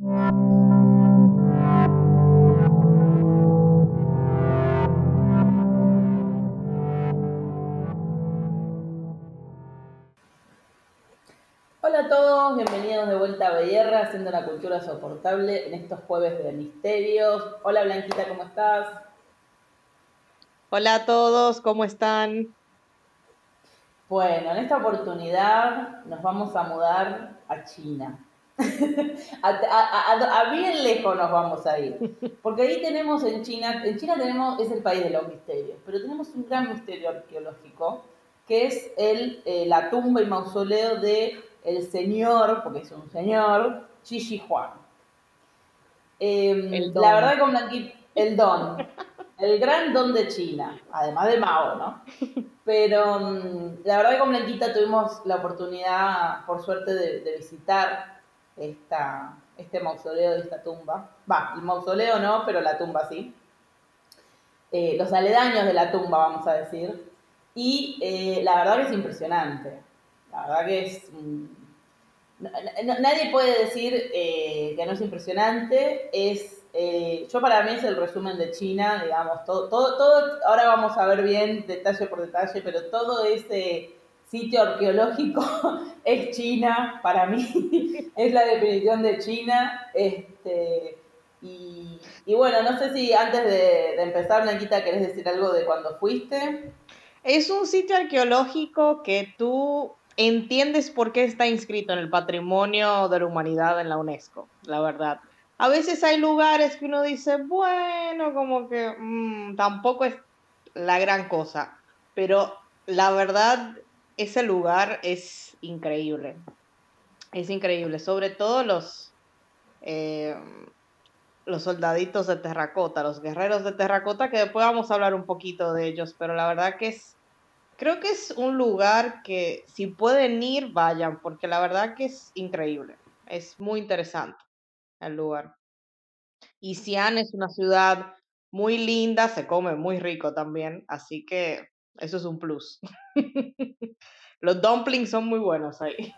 Hola a todos, bienvenidos de vuelta a BR, haciendo la cultura soportable en estos jueves de misterios. Hola Blanquita, ¿cómo estás? Hola a todos, ¿cómo están? Bueno, en esta oportunidad nos vamos a mudar a China. A bien lejos nos vamos a ir. Porque ahí tenemos en China tenemos, es el país de los misterios, pero tenemos un gran misterio arqueológico, que es la tumba y mausoleo de el señor, porque es un señor, Qi Shi Huang. El La don. verdad que con Blanquita, el don, el gran don de China, además de Mao, ¿no? Pero la verdad que con Blanquita tuvimos la oportunidad, por suerte, de visitar este mausoleo de esta tumba. Va, el mausoleo no, pero la tumba sí. Los aledaños de la tumba, vamos a decir. Y la verdad que es impresionante. La verdad que es... nadie puede decir que no es impresionante. Yo para mí es el resumen de China, digamos, todo, ahora vamos a ver bien detalle por detalle, pero todo ese sitio arqueológico es China, para mí, es la definición de China. Y bueno, no sé si antes de empezar, Blanquita, querés decir algo de cuando fuiste. Es un sitio arqueológico que tú entiendes por qué está inscrito en el Patrimonio de la Humanidad en la UNESCO, la verdad. A veces hay lugares que uno dice, bueno, como que tampoco es la gran cosa, pero la verdad, ese lugar es increíble. Es increíble, sobre todo eh, los soldaditos de terracota, los guerreros de terracota, que después vamos a hablar un poquito de ellos, pero la verdad que creo que es un lugar que si pueden ir, vayan, porque la verdad que es increíble, es muy interesante el lugar. Y Xi'an es una ciudad muy linda, se come muy rico también, así que eso es un plus. Los dumplings son muy buenos ahí.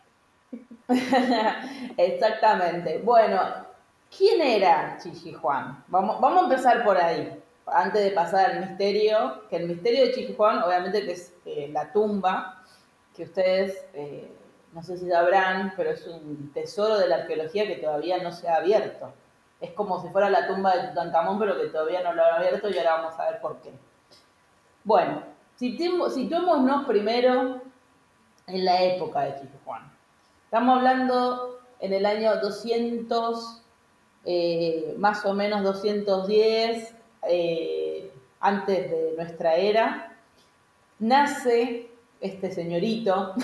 Exactamente. Bueno, ¿quién era Chichi Juan? Vamos a empezar por ahí, antes de pasar al misterio, que el misterio de Chichi Juan, obviamente que es la tumba, que ustedes, no sé si sabrán, pero es un tesoro de la arqueología que todavía no se ha abierto. Es como si fuera la tumba de Tutankamón, pero que todavía no lo han abierto y ahora vamos a ver por qué. Bueno, situémonos primero en la época de Chichi Juan. Estamos hablando en el año 200, más o menos 210, antes de nuestra era. Nace este señorito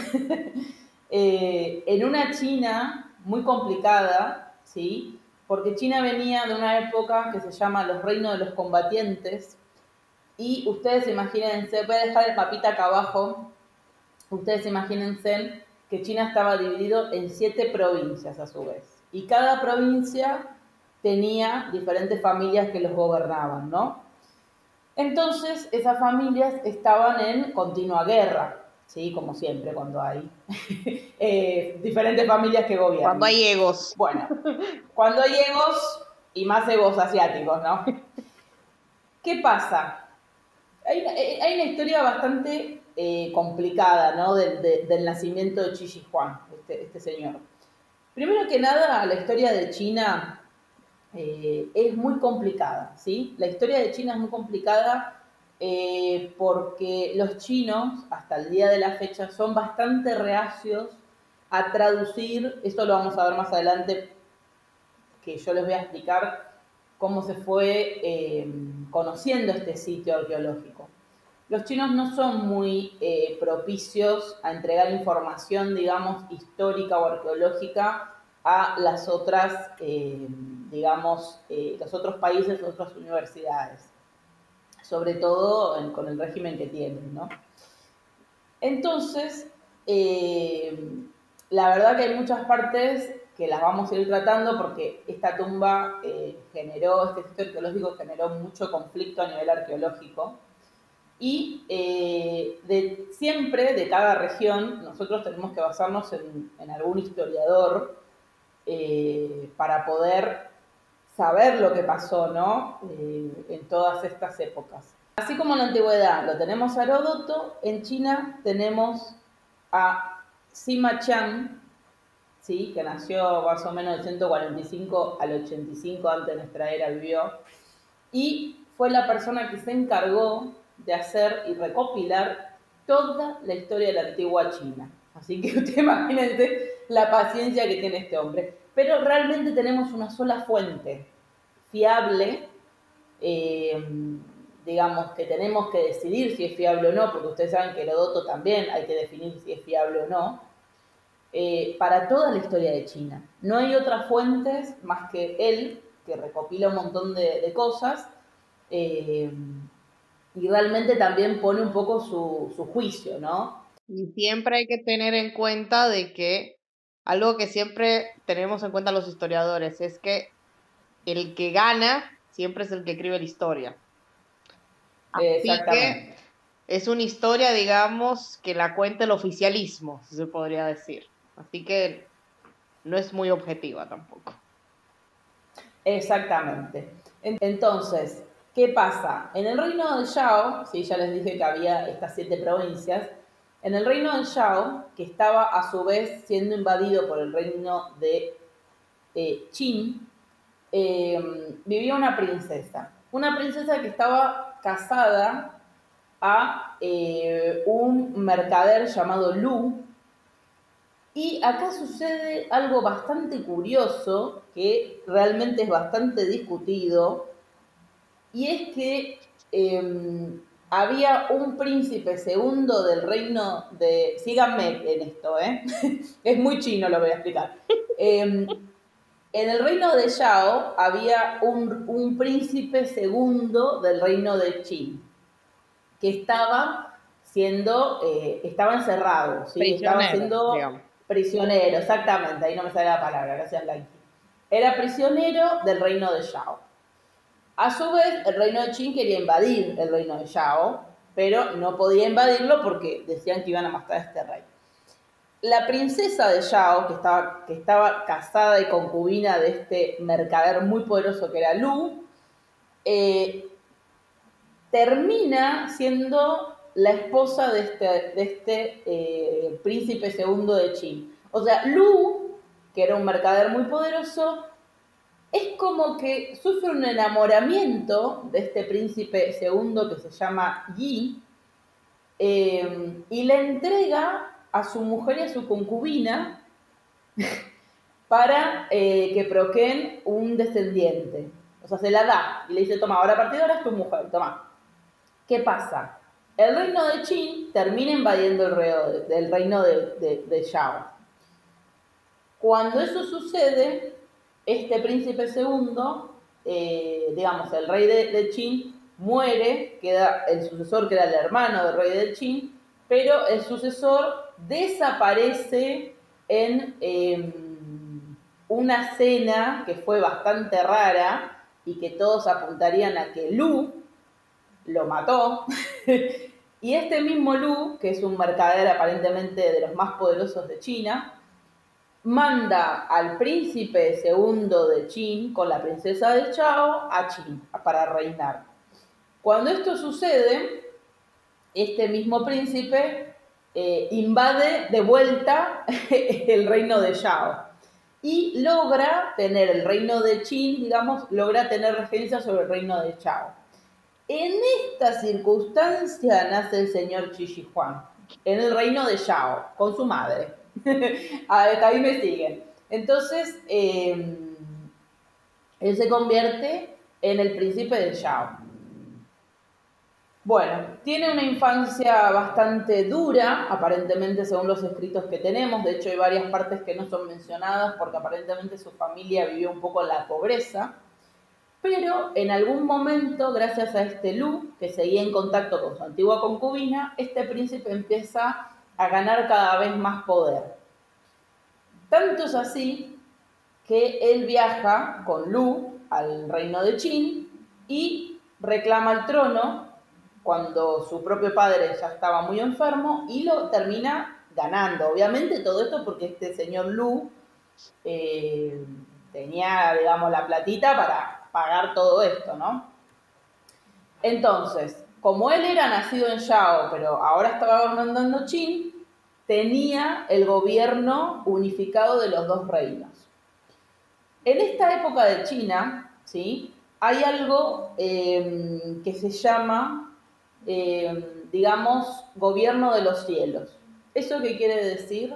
en una China muy complicada, ¿sí? Porque China venía de una época que se llama los reinos de los combatientes. Y ustedes imagínense, voy a dejar el mapita acá abajo. Ustedes imagínense que China estaba dividido en 7 provincias a su vez. Y cada provincia tenía diferentes familias que los gobernaban, ¿no? Entonces, esas familias estaban en continua guerra, ¿sí? Como siempre cuando hay diferentes familias que Cuando gobiernan. hay egos. Bueno, cuando hay egos y más egos asiáticos, ¿no? ¿Qué pasa? Hay una historia bastante complicada, ¿no? Del nacimiento de Qi Shi Huang, este señor. Primero que nada, la historia de China es muy complicada, ¿sí? La historia de China es muy complicada porque los chinos, hasta el día de la fecha, son bastante reacios a traducir, esto lo vamos a ver más adelante, que yo les voy a explicar cómo se fue conociendo este sitio arqueológico. Los chinos no son muy propicios a entregar información, digamos, histórica o arqueológica a las otras, digamos, los otros países, otras universidades, sobre todo con el régimen que tienen, ¿no? Entonces, la verdad que hay muchas partes que las vamos a ir tratando porque esta tumba este sitio arqueológico generó mucho conflicto a nivel arqueológico. Y siempre, de cada región, nosotros tenemos que basarnos en algún historiador para poder saber lo que pasó, ¿no? En todas estas épocas. Así como en la antigüedad lo tenemos a Heródoto, en China tenemos a Sima Qian, ¿sí? Que nació más o menos del 145 al 85 antes de nuestra era, vivió, y fue la persona que se encargó de hacer y recopilar toda la historia de la antigua China. Así que usted imagínense la paciencia que tiene este hombre. Pero realmente tenemos una sola fuente fiable, eh, digamos que tenemos que decidir si es fiable o no, porque ustedes saben que Heródoto también hay que definir si es fiable o no, para toda la historia de China. No hay otras fuentes más que él, que recopila un montón de cosas, eh, y realmente también pone un poco su juicio, ¿no? Y siempre hay que tener en cuenta de que algo que siempre tenemos en cuenta los historiadores es que el que gana siempre es el que escribe la historia. Así que Exactamente. es una historia, digamos, que la cuenta el oficialismo, si se podría decir. Así que no es muy objetiva tampoco. Exactamente. Entonces, ¿qué pasa? En el reino de Zhao, sí, ya les dije que había estas 7 provincias, en el reino de Zhao, que estaba a su vez siendo invadido por el reino de Qin, vivía una princesa que estaba casada a un mercader llamado Lu, y acá sucede algo bastante curioso, que realmente es bastante discutido, y es que había un príncipe segundo del reino de... Síganme en esto, ¿eh? Es muy chino, lo voy a explicar. En el reino de Yao había un príncipe segundo del reino de Qin, que estaba encerrado, ¿sí? Estaba Prisionero, siendo digamos. prisionero, exactamente, ahí no me sale la palabra, gracias Blanqui. Era prisionero del reino de Yao. A su vez, el reino de Qin quería invadir el reino de Yao, pero no podía invadirlo porque decían que iban a matar a este rey. La princesa de Yao, que estaba casada y concubina de este mercader muy poderoso que era Lu, eh, termina siendo la esposa de este príncipe segundo de Qin. O sea, Lu, que era un mercader muy poderoso, es como que sufre un enamoramiento de este príncipe segundo que se llama Yi, y le entrega a su mujer y a su concubina para que procreen un descendiente. O sea, se la da y le dice, toma, ahora a partir de ahora es tu mujer, toma. ¿Qué pasa? El reino de Qin termina invadiendo el reino de Yao. Cuando eso sucede, este príncipe segundo, digamos, el rey de Qin, muere, queda el sucesor que era el hermano del rey de Qin, pero el sucesor desaparece en una cena que fue bastante rara y que todos apuntarían a que Lu lo mató. Y este mismo Lu, que es un mercader aparentemente de los más poderosos de China, manda al príncipe segundo de Qin con la princesa de Chao a Qin para reinar. Cuando esto sucede, este mismo príncipe invade de vuelta el reino de Yao y logra tener el reino de Qin, digamos, logra tener regencia sobre el reino de Chao. En esta circunstancia nace el señor Qi Shi Huang, en el reino de Yao, con su madre. Hasta ahí me siguen. Entonces, él se convierte en el príncipe de Yao. Bueno, tiene una infancia bastante dura, aparentemente según los escritos que tenemos. De hecho, hay varias partes que no son mencionadas porque aparentemente su familia vivió un poco en la pobreza. Pero en algún momento, gracias a este Lu, que seguía en contacto con su antigua concubina, este príncipe empieza a ganar cada vez más poder. Tanto es así que él viaja con Lu al reino de Qin y reclama el trono cuando su propio padre ya estaba muy enfermo y lo termina ganando. Obviamente todo esto porque este señor Lu eh, tenía, digamos, la platita para pagar todo esto, ¿no? Entonces, como él era nacido en Yao, pero ahora estaba gobernando Qin, tenía el gobierno unificado de los dos reinos. En esta época de China, ¿sí? Hay algo que se llama, digamos, gobierno de los cielos. ¿Eso qué quiere decir?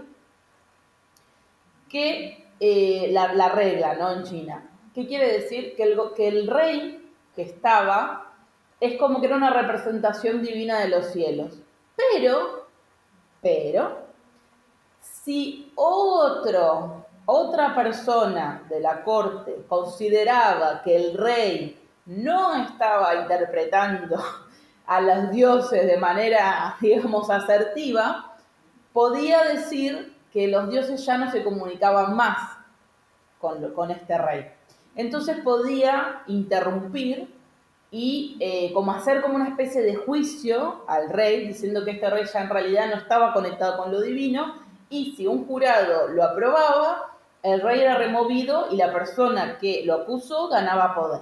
Que la regla, ¿no? En China. ¿Qué quiere decir? Que el rey que estaba es como que era una representación divina de los cielos. Pero, si otra persona de la corte consideraba que el rey no estaba interpretando a los dioses de manera, digamos, asertiva, podía decir que los dioses ya no se comunicaban más con este rey. Entonces podía interrumpir y como hacer como una especie de juicio al rey, diciendo que este rey ya en realidad no estaba conectado con lo divino, y si un jurado lo aprobaba, el rey era removido y la persona que lo acusó ganaba poder.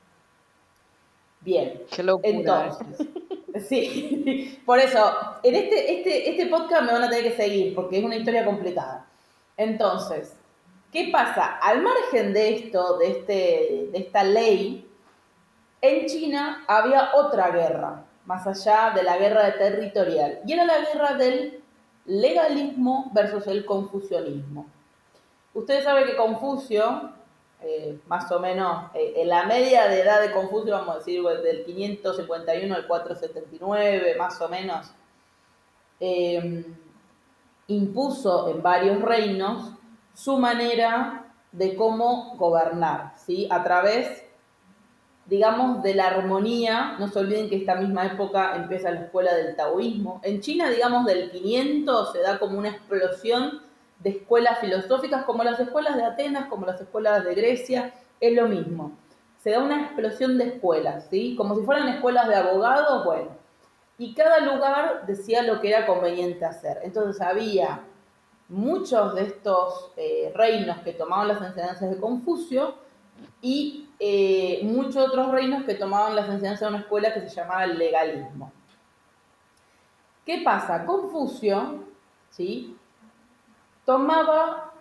Bien, Qué locura, ¿eh? entonces, sí, por eso, en este podcast me van a tener que seguir, porque es una historia complicada. Entonces, ¿qué pasa? Al margen de esto, de esta ley, en China había otra guerra, más allá de la guerra territorial, y era la guerra del legalismo versus el confucianismo. Ustedes saben que Confucio, más o menos, en la media de edad de Confucio, vamos a decir, del 551 al 479, más o menos, eh, impuso en varios reinos su manera de cómo gobernar, ¿sí? A través, digamos, de la armonía. No se olviden que esta misma época empieza la escuela del taoísmo. En China, digamos, del 500 se da como una explosión de escuelas filosóficas, como las escuelas de Atenas, como las escuelas de Grecia, es lo mismo. Se da una explosión de escuelas, ¿sí? Como si fueran escuelas de abogados, bueno. Y cada lugar decía lo que era conveniente hacer. Entonces había muchos de estos reinos que tomaban las enseñanzas de Confucio y muchos otros reinos que tomaban las enseñanzas de una escuela que se llamaba el legalismo. ¿Qué pasa? Confucio, ¿sí? Tomaba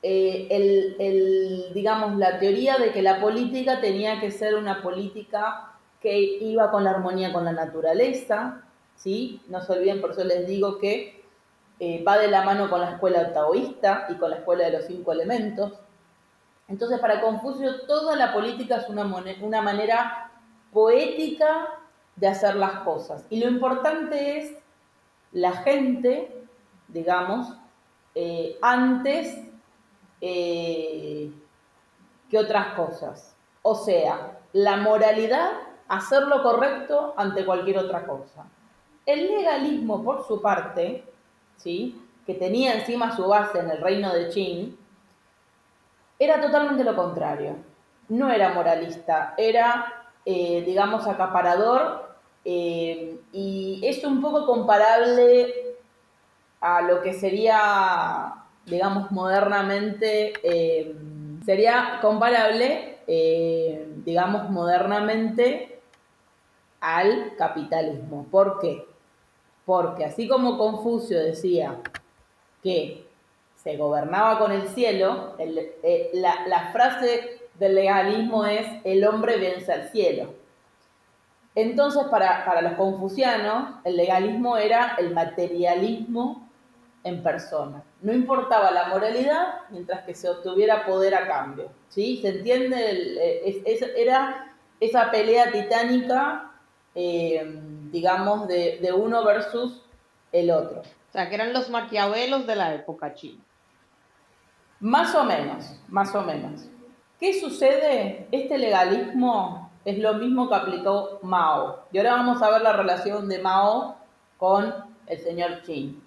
digamos, la teoría de que la política tenía que ser una política que iba con la armonía con la naturaleza, ¿sí? No se olviden, por eso les digo que va de la mano con la escuela taoísta y con la escuela de los 5 elementos. Entonces, para Confucio, toda la política es una manera poética de hacer las cosas. Y lo importante es la gente, digamos, antes que otras cosas. O sea, la moralidad, hacer lo correcto ante cualquier otra cosa. El legalismo, por su parte, ¿sí? Que tenía encima su base en el reino de Qin, era totalmente lo contrario. No era moralista, era, digamos, acaparador, y es un poco comparable a lo que sería, digamos, modernamente, sería comparable, digamos, modernamente al capitalismo. ¿Por qué? Porque así como Confucio decía que se gobernaba con el cielo, la frase del legalismo es el hombre vence al cielo. Entonces, para los confucianos, el legalismo era el materialismo en persona. No importaba la moralidad mientras que se obtuviera poder a cambio. ¿Sí? ¿Se entiende? Era esa pelea titánica, digamos, de uno versus el otro. O sea, que eran los maquiavelos de la época china. Más o menos, más o menos. ¿Qué sucede? Este legalismo es lo mismo que aplicó Mao. Y ahora vamos a ver la relación de Mao con el señor Qin.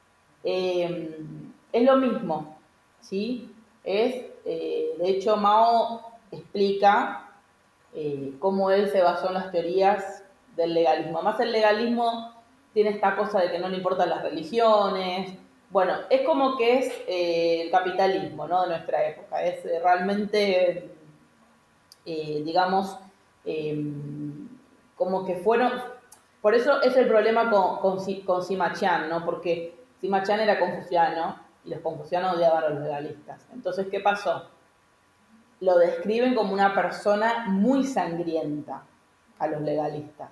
Es lo mismo, ¿sí? De hecho, Mao explica cómo él se basó en las teorías del legalismo. Además, el legalismo tiene esta cosa de que no le importan las religiones, Bueno, es como que es el capitalismo, ¿no? De nuestra época. Es realmente, digamos, eh, como que fueron... Por eso es el problema con Sima Qian, ¿no? Porque Sima Qian era confuciano y los confucianos odiaban a los legalistas. Entonces, ¿qué pasó? Lo describen como una persona muy sangrienta a los legalistas.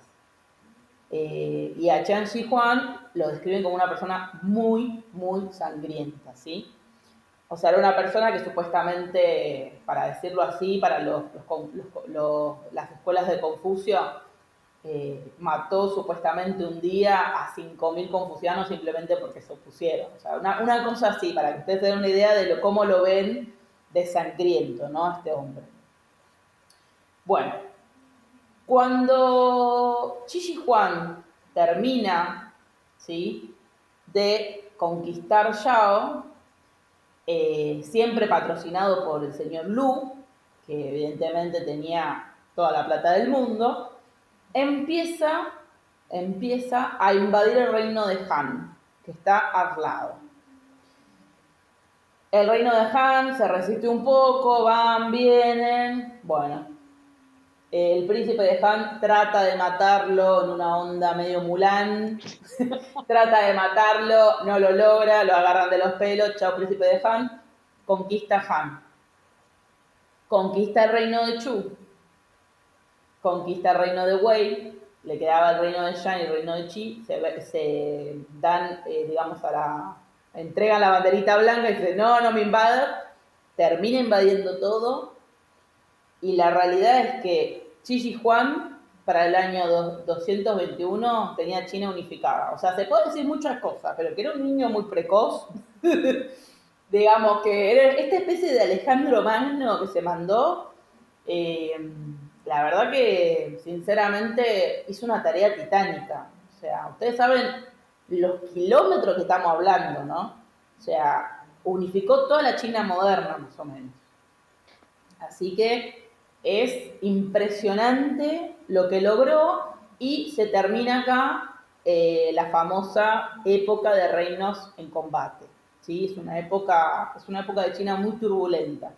Y a Chen Shi Huang lo describen como una persona muy, muy sangrienta, ¿sí? O sea, era una persona que supuestamente, para decirlo así, para las escuelas de Confucio, mató supuestamente un día a 5.000 confucianos simplemente porque se opusieron. O sea, una cosa así, para que ustedes tengan una idea de cómo lo ven de sangriento, ¿no? A este hombre. Bueno, cuando Chi Huang termina, ¿sí?, de conquistar Yao, siempre patrocinado por el señor Lu, que evidentemente tenía toda la plata del mundo, empieza a invadir el reino de Han, que está al lado. El reino de Han se resiste un poco, van, vienen, bueno, el príncipe de Han trata de matarlo en una onda medio Mulan, trata de matarlo, no lo logra, lo agarran de los pelos, chao príncipe de Han, conquista Han, conquista el reino de Chu, conquista el reino de Wei, le quedaba el reino de Shan y el reino de Qi, se dan, digamos, entregan la banderita blanca y dicen, no, no me invadas, termina invadiendo todo, y la realidad es que Qi Shi Huang para el año 221 tenía China unificada. O sea, se puede decir muchas cosas, pero que era un niño muy precoz, digamos que era esta especie de Alejandro Magno que se mandó, eh, la verdad que sinceramente hizo una tarea titánica. O sea, ustedes saben los kilómetros que estamos hablando, ¿no? O sea, unificó toda la China moderna, más o menos. Así que es impresionante lo que logró y se termina acá la famosa época de reinos en combate. ¿Sí? Es una época de China muy turbulenta.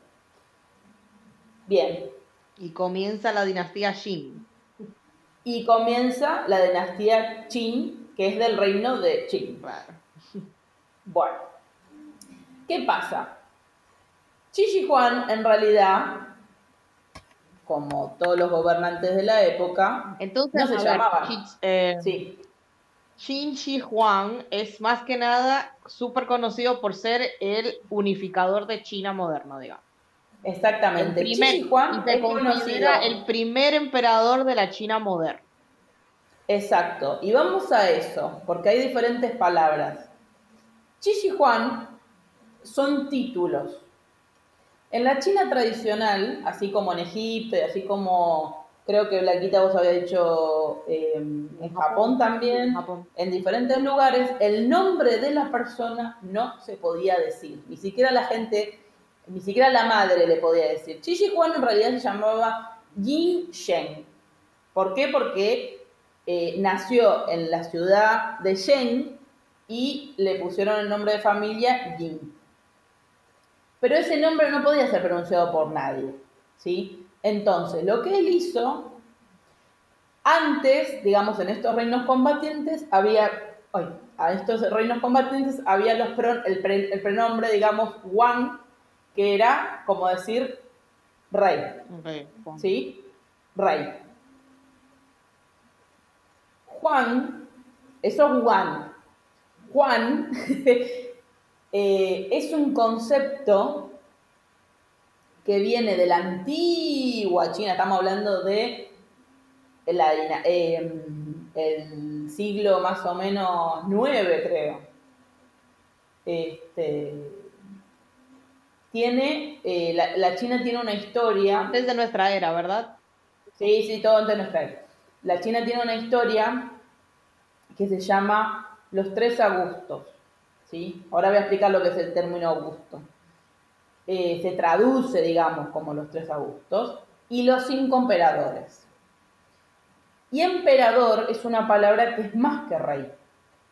Bien, Y comienza la dinastía Qin. y comienza la dinastía Qin, que es del reino de Qin. Claro. Bueno, ¿qué pasa? Qi Shi Huang, en realidad, como todos los gobernantes de la época, Entonces, no se a ver, llamaban. Sí, Qin Shi Huang es más que nada súper conocido por ser el unificador de China moderno, digamos. El exactamente. Qi primer, Shi y Huang se es considera conocido. el primer emperador de la China moderna. Exacto. Y vamos a eso, porque hay diferentes palabras. Qi Shi Huang son títulos. En la China tradicional, así como en Egipto, y así como creo que Blanquita vos había dicho En en Japón, Japón sí, en también, Japón. en diferentes lugares, el nombre de la persona no se podía decir. Ni siquiera la gente, ni siquiera la madre le podía decir. Qi Shi Huang en realidad se llamaba Yin Shen. ¿Por qué? Porque nació en la ciudad de Shen y le pusieron el nombre de familia Yin. Pero ese nombre no podía ser pronunciado por nadie, ¿sí? Entonces, lo que él hizo, antes, digamos, en estos reinos combatientes, a estos reinos combatientes había el prenombre, digamos, Wang, que era como decir rey, Okay. ¿sí? Rey. Juan, eso es Juan. Juan es un concepto que viene de la antigua China, estamos hablando de el siglo más o menos 9, creo. Este, la China tiene una historia, Antes de nuestra era, ¿verdad? sí, sí, todo antes de nuestra era. La China tiene una historia que se llama los tres Augustos, ¿sí? Ahora voy a explicar lo que es el término Augusto. Se traduce, digamos, como los tres Augustos, y los cinco emperadores. Y emperador es una palabra que es más que rey.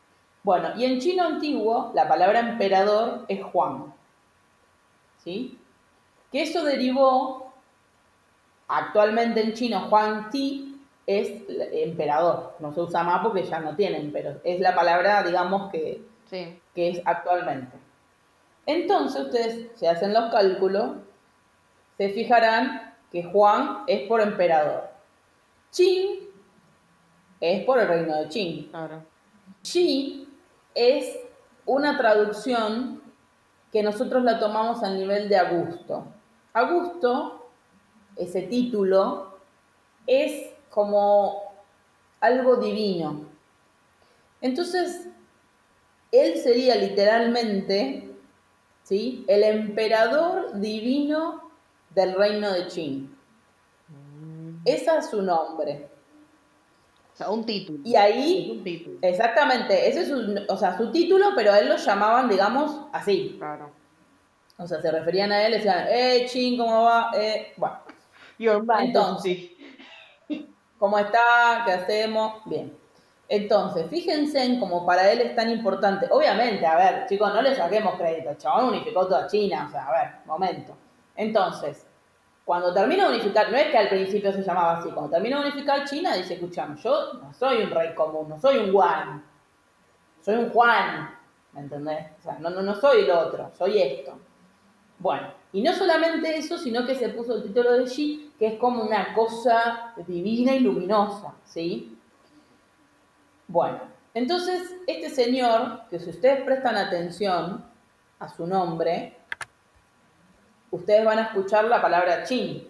Bueno, y en chino antiguo la palabra emperador es Huang, ¿sí? Que eso derivó, actualmente en chino, Huang Ti es emperador, no se usa más porque ya no tienen, pero es la palabra, digamos, Sí. que es actualmente. Entonces ustedes, si hacen los cálculos, se fijarán que Juan es por emperador. Qin es por el reino de Qin. Claro. Xi es una traducción que nosotros la tomamos al nivel de Augusto. Augusto, ese título, es como algo divino. Entonces, él sería literalmente, ¿sí?, el emperador divino del reino de Qin. Ese es su nombre. O sea, un título. Y Es un ahí, título. exactamente, ese es su título, pero a él lo llamaban, digamos, así. Claro. O sea, se referían a él, decían, Chin, ¿cómo va? Bueno, Your entonces, Majesty. ¿cómo está? ¿Qué hacemos? Bien. Entonces, fíjense en cómo para él es tan importante. Obviamente, a ver, chicos, no le saquemos crédito. El chabón unificó toda China. O sea, a ver, momento. Entonces, cuando termina de unificar, no es que al principio se llamaba así, cuando termina de unificar China, dice, escuchame, yo no soy un rey común, no soy un Juan, soy un Juan, ¿me entendés? O sea, no soy el otro, soy esto. Bueno, y no solamente eso, sino que se puso el título de Xi, que es como una cosa divina y luminosa, ¿sí? Bueno, entonces este señor, que si ustedes prestan atención a su nombre, ustedes van a escuchar la palabra Qin.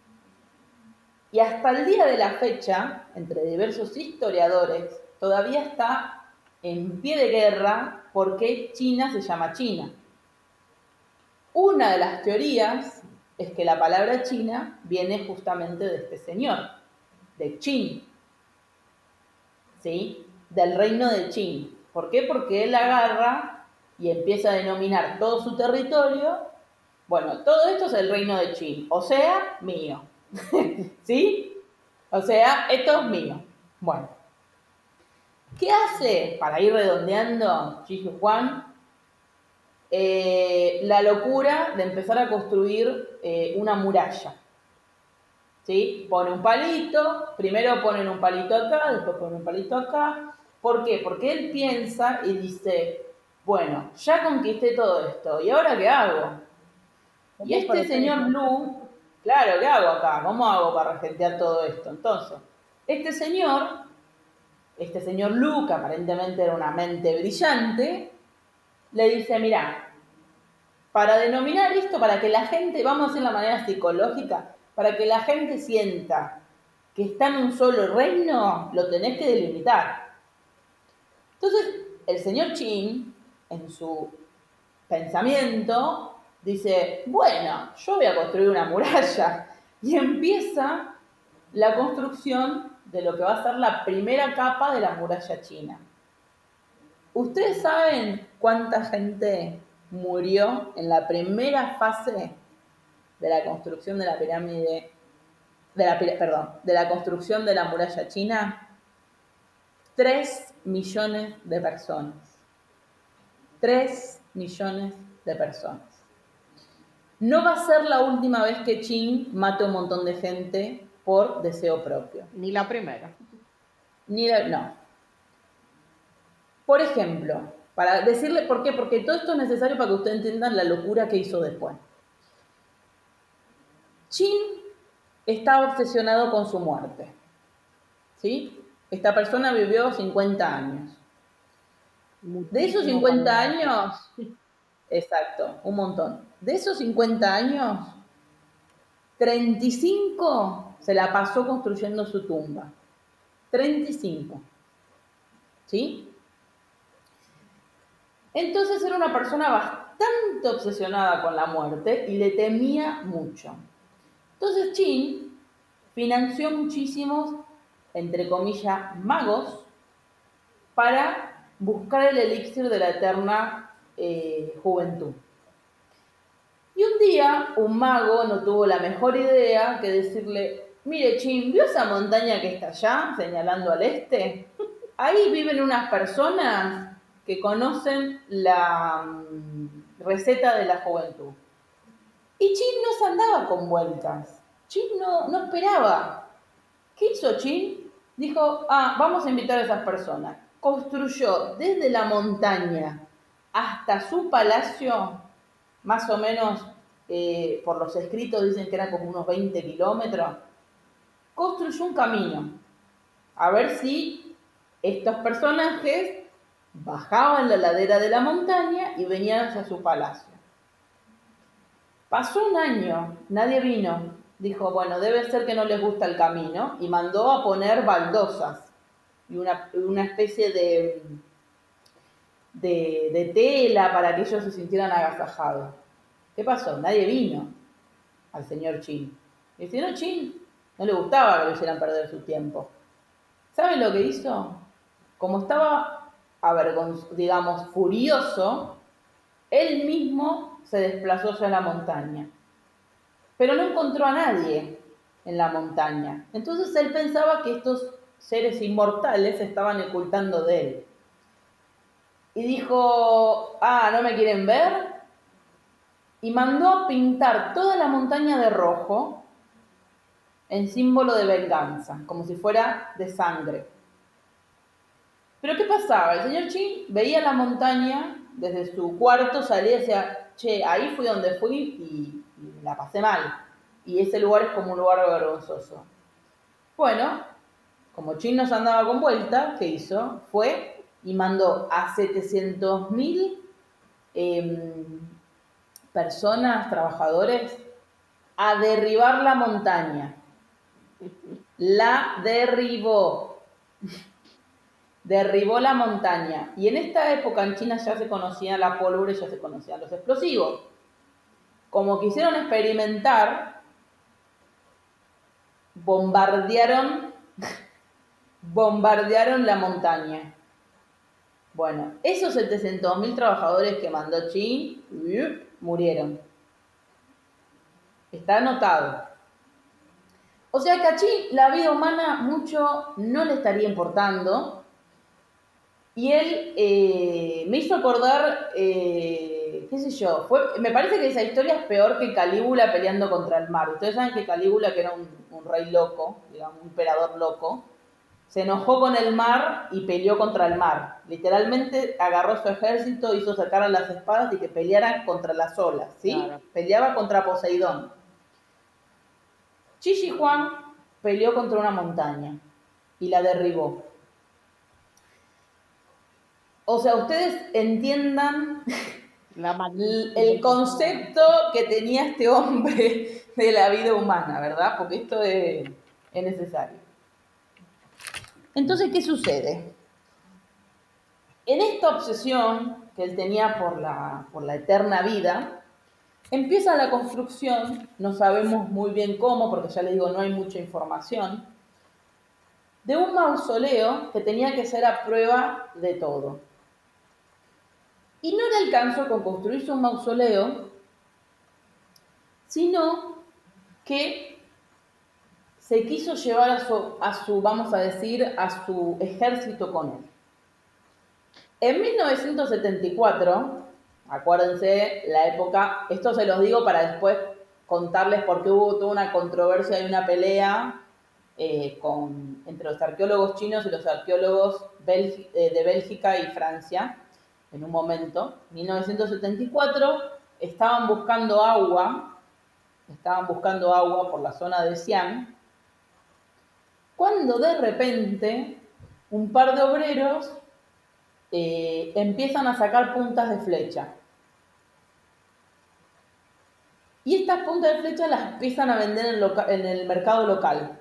Y hasta el día de la fecha, entre diversos historiadores, todavía está en pie de guerra por qué China se llama China. Una de las teorías es que la palabra China viene justamente de este señor, de Qin, ¿sí? Del reino de Qin. ¿Por qué? Porque él agarra y empieza a denominar todo su territorio. Bueno, todo esto es el reino de Qin, o sea, mío. ¿Sí? O sea, esto es mío. Bueno, ¿qué hace para ir redondeando Xi Juan? La locura de empezar a construir una muralla. ¿Sí? Pone un palito, primero ponen un palito acá, después ponen un palito acá. ¿Por qué? Porque él piensa y dice, bueno, ya conquisté todo esto, ¿y ahora qué hago? Y ¿Cómo este señor protejo? Blue, claro, ¿qué hago acá? ¿Cómo hago para regentear todo esto? Entonces, este señor Blue, que aparentemente era una mente brillante, le dice, mirá, para denominar esto, para que la gente, vamos a hacer la manera psicológica, para que la gente sienta que está en un solo reino, lo tenés que delimitar. Entonces, el señor Qin, en su pensamiento, dice, bueno, yo voy a construir una muralla. Y empieza la construcción de lo que va a ser la primera capa de la muralla china. ¿Ustedes saben cuánta gente murió en la primera fase de la construcción de la pirámide, de la construcción de la muralla china? 3 millones de personas. 3 millones de personas. No va a ser la última vez que Qin mate a un montón de gente por deseo propio. Ni la primera. No. Por ejemplo, para decirle por qué, porque todo esto es necesario para que ustedes entiendan la locura que hizo después. Qin estaba obsesionado con su muerte. ¿Sí? Esta persona vivió 50 años. De esos Muchísimo para 50 una mujer. años, exacto, un montón. De esos 50 años, 35 se la pasó construyendo su tumba. 35. ¿Sí? Entonces era una persona bastante obsesionada con la muerte y le temía mucho. Entonces Qin financió muchísimos, entre comillas, magos para buscar el elixir de la eterna juventud. Y un día un mago no tuvo la mejor idea que decirle, mire Qin, ¿vio esa montaña que está allá, señalando al este? Ahí viven unas personas que conocen la receta de la juventud. Y Chin no se andaba con vueltas. Chin no esperaba. ¿Qué hizo Chin? Dijo, vamos a invitar a esas personas. Construyó desde la montaña hasta su palacio, más o menos, por los escritos dicen que eran como unos 20 kilómetros, construyó un camino. A ver si estos personajes bajaban la ladera de la montaña y venían hacia su palacio. Pasó un año, nadie vino. Dijo, bueno, debe ser que no les gusta el camino, y mandó a poner baldosas y una especie de tela para que ellos se sintieran agasajados. ¿Qué pasó? Nadie vino al señor Chin. El señor Chin no le gustaba que le hicieran perder su tiempo. ¿Saben lo que hizo? Como estaba digamos, furioso, él mismo se desplazó hacia la montaña. Pero no encontró a nadie en la montaña. Entonces él pensaba que estos seres inmortales se estaban ocultando de él. Y dijo, ¿no me quieren ver? Y mandó a pintar toda la montaña de rojo en símbolo de venganza, como si fuera de sangre. Pero ¿qué pasaba? El señor Chin veía la montaña desde su cuarto, salía y decía, che, ahí fui donde fui y la pasé mal. Y ese lugar es como un lugar vergonzoso. Bueno, como Chin no se andaba con vuelta, ¿qué hizo? Fue y mandó a 700.000 personas, trabajadores, a derribar la montaña. La derribó. Derribó la montaña. Y en esta época en China ya se conocía la pólvora y ya se conocían los explosivos. Como quisieron experimentar, bombardearon la montaña. Bueno, esos 700.000 trabajadores que mandó Chin murieron. Está anotado. O sea que a Chin la vida humana mucho no le estaría importando. Y él me hizo acordar, qué sé yo, me parece que esa historia es peor que Calígula peleando contra el mar. Ustedes saben que Calígula, que era un rey loco, digamos, un emperador loco, se enojó con el mar y peleó contra el mar. Literalmente agarró su ejército, hizo sacar las espadas y que pelearan contra las olas, ¿sí? Claro. Peleaba contra Poseidón. Chi Shi Huang peleó contra una montaña y la derribó. O sea, ustedes entiendan el concepto que tenía este hombre de la vida humana, ¿verdad? Porque esto es necesario. Entonces, ¿qué sucede? En esta obsesión que él tenía por la eterna vida, empieza la construcción, no sabemos muy bien cómo, porque ya les digo, no hay mucha información, de un mausoleo que tenía que ser a prueba de todo. Y no le alcanzó con construirse un mausoleo, sino que se quiso llevar a su, vamos a decir, a su ejército con él. En 1974, acuérdense la época, esto se los digo para después contarles por qué hubo toda una controversia y una pelea entre los arqueólogos chinos y los arqueólogos de Bélgica y Francia. En un momento, 1974, estaban buscando agua por la zona de Xi'an, cuando de repente un par de obreros empiezan a sacar puntas de flecha. Y estas puntas de flecha las empiezan a vender en el mercado local.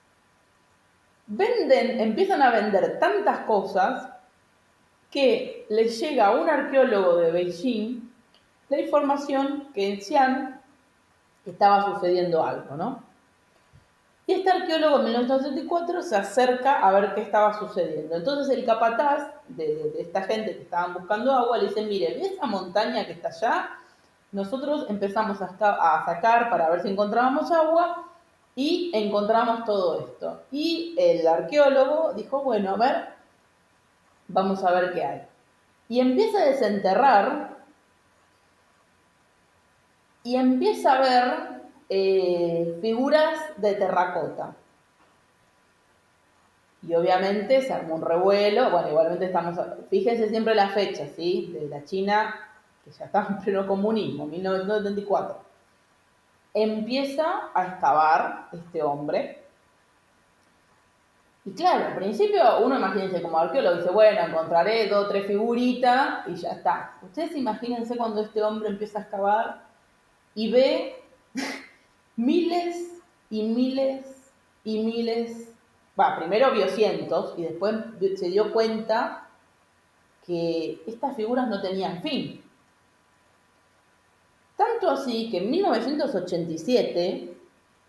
Empiezan a vender tantas cosas que les llega a un arqueólogo de Beijing la información que en Xi'an estaba sucediendo algo, ¿no? Y este arqueólogo en 1974 se acerca a ver qué estaba sucediendo. Entonces el capataz de esta gente que estaban buscando agua le dice, mire, ¿ves esa montaña que está allá? Nosotros empezamos a sacar para ver si encontrábamos agua y encontramos todo esto. Y el arqueólogo dijo, bueno, a ver, vamos a ver qué hay. y empieza a desenterrar y empieza a ver figuras de terracota. Y obviamente se armó un revuelo. Bueno, igualmente estamos, fíjense siempre la fecha, ¿sí? De la China, que ya está en pleno comunismo, 1974. Empieza a excavar este hombre. Y claro, al principio uno imagínense como arqueólogo, dice, bueno, encontraré 2 o 3 figuritas y ya está. Ustedes imagínense cuando este hombre empieza a excavar y ve miles y miles y miles. Primero vio cientos y después se dio cuenta que estas figuras no tenían fin. Tanto así que en 1987,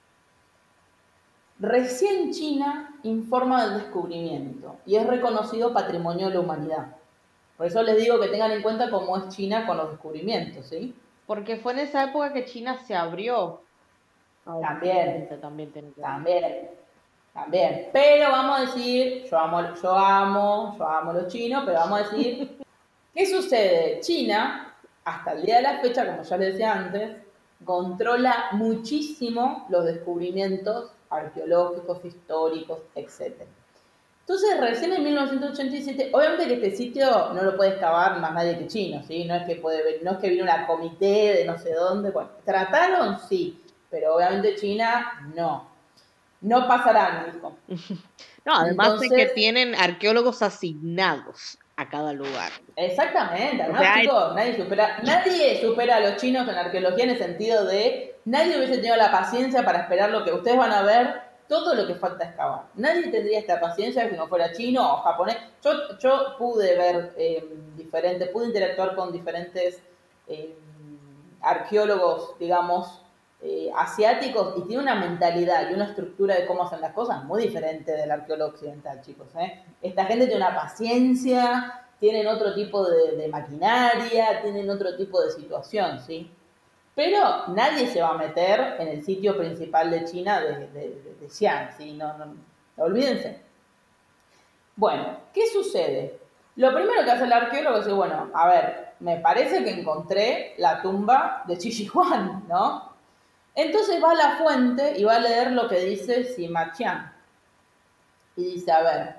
recién China informa del descubrimiento y es reconocido Patrimonio de la Humanidad. Por eso les digo que tengan en cuenta cómo es China con los descubrimientos, ¿sí? Porque fue en esa época que China se abrió a También, Occidente, también tiene que ver. también, también. Pero vamos a decir, yo amo los chinos, pero vamos a decir, ¿qué sucede? China, hasta el día de la fecha, como ya les decía antes, controla muchísimo los descubrimientos arqueológicos, históricos, etc. Entonces, recién en 1987, obviamente que este sitio no lo puede excavar más nadie que chino, ¿sí? No es que no es que vino una comité de no sé dónde, bueno, trataron, sí, pero obviamente China no. No pasarán, dijo. No, además de que Entonces, tienen arqueólogos asignados a cada lugar. exactamente, O además sea, chicos, nadie supera a los chinos en arqueología en el sentido de nadie hubiese tenido la paciencia para esperar lo que ustedes van a ver, todo lo que falta excavar. Nadie tendría esta paciencia si no fuera chino o japonés. Yo pude ver pude interactuar con diferentes eh, arqueólogos, digamos, asiáticos y tiene una mentalidad y una estructura de cómo hacen las cosas muy diferente del arqueólogo occidental, chicos. Esta gente tiene una paciencia, tienen otro tipo de maquinaria, tienen otro tipo de situación, ¿sí? Pero nadie se va a meter en el sitio principal de China de Xi'an, ¿sí? No, olvídense. Bueno, ¿qué sucede? Lo primero que hace el arqueólogo es decir, bueno, a ver, me parece que encontré la tumba de Chi Huang, ¿no? Entonces va a la fuente y va a leer lo que dice Sima Qian. Y dice, a ver,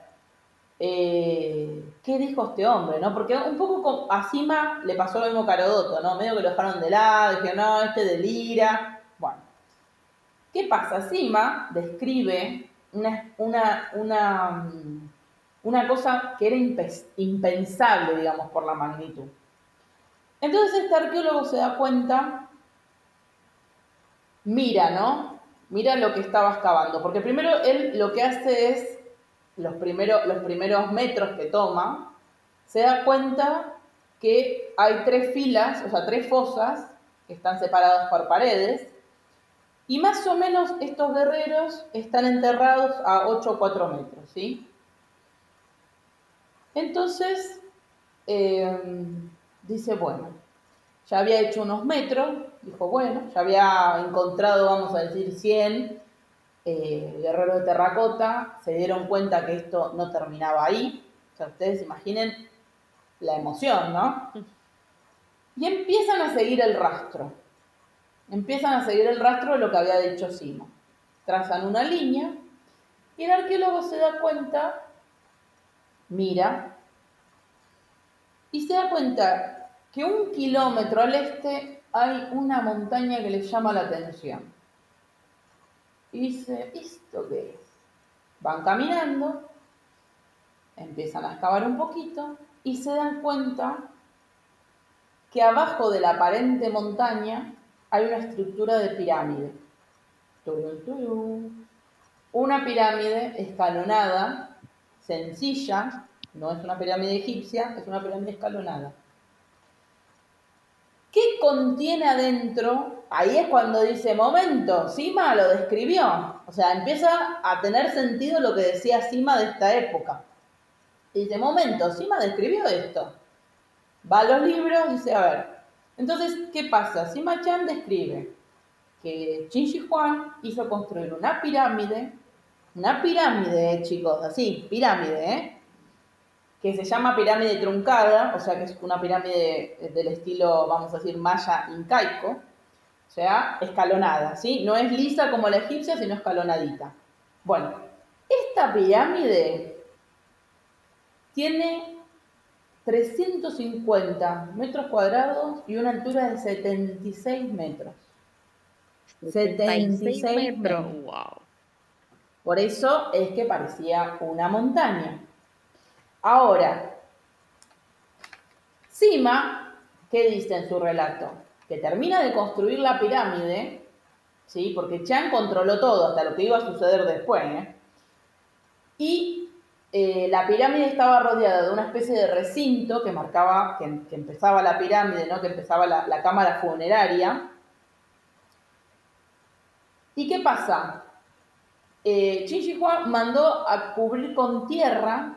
¿qué dijo este hombre? ¿No? Porque un poco a Sima le pasó lo mismo que a Herodoto, ¿no? Medio que lo dejaron de lado, dijeron, no, este delira. Bueno, ¿qué pasa? Sima describe una cosa que era impensable, digamos, por la magnitud. Entonces este arqueólogo se da cuenta, mira, ¿no? Mira lo que estaba excavando, porque primero él lo que hace es, los primeros metros que toma, se da cuenta que hay 3 filas, o sea, 3 fosas que están separadas por paredes, y más o menos estos guerreros están enterrados a 8 o 4 metros, ¿sí? Entonces, dice, bueno, ya había hecho unos metros, dijo, bueno, ya había encontrado, vamos a decir, 100 guerreros de terracota, se dieron cuenta que esto no terminaba ahí, o sea, ustedes imaginen la emoción, ¿no? Y empiezan a seguir el rastro de lo que había dicho Sima. Trazan una línea y el arqueólogo se da cuenta, mira, y se da cuenta que 1 kilómetro al este hay una montaña que le llama la atención. Y dice, ¿esto qué es? Van caminando, empiezan a excavar un poquito y se dan cuenta que abajo de la aparente montaña hay una estructura de pirámide. Turun, turun. Una pirámide escalonada, sencilla, no es una pirámide egipcia, es una pirámide escalonada. ¿Qué contiene adentro? Ahí es cuando dice, momento, Sima lo describió. O sea, empieza a tener sentido lo que decía Sima de esta época. Y dice, momento, Sima describió esto. Va a los libros y dice, a ver. Entonces, ¿qué pasa? Sima Chan describe que Qin Shi Huang hizo construir una pirámide, chicos, así, pirámide, ¿eh? que se llama pirámide truncada, o sea que es una pirámide del estilo, vamos a decir, maya incaico, o sea, escalonada, ¿sí? No es lisa como la egipcia, sino escalonadita. Bueno, esta pirámide tiene 350 metros cuadrados y una altura de 76 metros. 76 76 metros, metros. wow. Por eso es que parecía una montaña. Ahora, Sima, ¿qué dice en su relato? Que termina de construir la pirámide, ¿sí? Porque Chan controló todo, hasta lo que iba a suceder después, ¿eh? Y la pirámide estaba rodeada de una especie de recinto que marcaba, que empezaba la pirámide, ¿no? Que empezaba la cámara funeraria. ¿Y qué pasa? Qin Shi Huang mandó a cubrir con tierra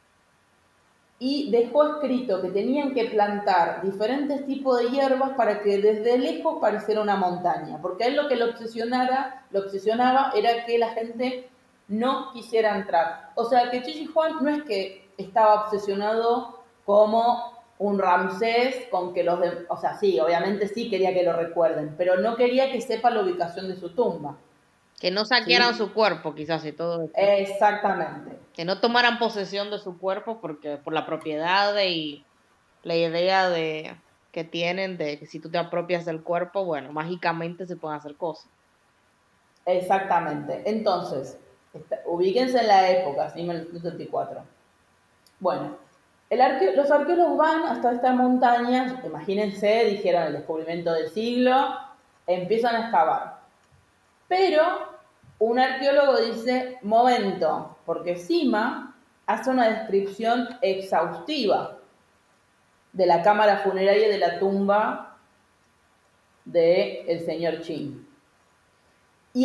y dejó escrito que tenían que plantar diferentes tipos de hierbas para que desde lejos pareciera una montaña, porque a él lo que lo obsesionaba era que la gente no quisiera entrar. O sea, que Qin Shi Huang no es que estaba obsesionado como un Ramsés con que o sea, sí, obviamente sí quería que lo recuerden, pero no quería que sepa la ubicación de su tumba, Que no saquearan ¿sí? su cuerpo, quizás, y todo eso. Exactamente. Que no tomaran posesión de su cuerpo porque por la propiedad y la idea de que tienen de que si tú te apropias del cuerpo, bueno, mágicamente se pueden hacer cosas. Exactamente. Entonces, ubíquense en la época, ¿sí? 1974. Bueno, los arqueólogos van hasta esta montaña, imagínense, dijeron el descubrimiento del siglo, empiezan a excavar. Pero un arqueólogo dice, momento, porque Sima hace una descripción exhaustiva de la cámara funeraria de la tumba del señor Qin. Y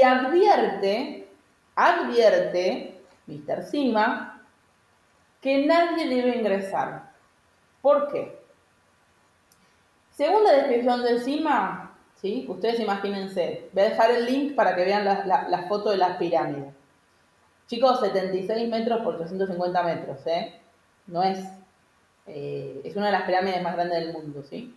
advierte Mr. Sima que nadie debe ingresar. ¿Por qué? Según la descripción de Sima, ¿sí? Ustedes imagínense, voy a dejar el link para que vean la foto de las pirámides. Chicos, 76 metros por 350 metros, ¿eh? No es una de las pirámides más grandes del mundo, ¿sí?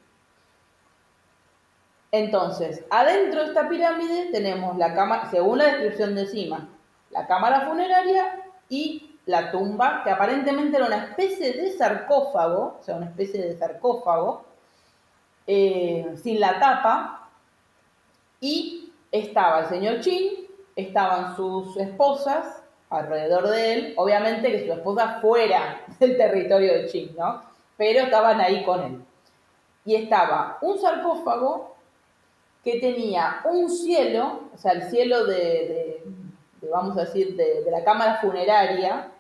Entonces, adentro de esta pirámide tenemos la cámara, según la descripción de Sima, la cámara funeraria y la tumba, que aparentemente era una especie de sarcófago, o sea, una especie de sarcófago, sin la tapa, y estaba el señor Qin, estaban sus esposas alrededor de él, obviamente que su esposa fuera del territorio de Qin, ¿no? Pero estaban ahí con él. Y estaba un sarcófago que tenía un cielo, o sea, el cielo vamos a decir, de la cámara funeraria,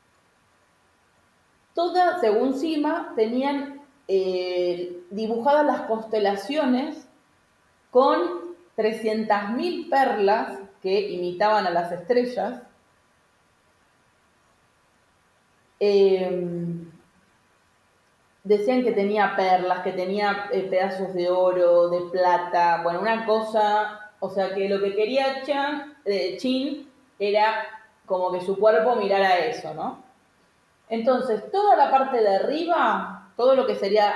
todas, según Sima, tenían dibujadas las constelaciones con 300.000 perlas que imitaban a las estrellas. Decían que tenía perlas, que tenía pedazos de oro, de plata, bueno, una cosa, o sea que lo que quería Qin era como que su cuerpo mirara eso, ¿no? Entonces, toda la parte de arriba, todo lo que sería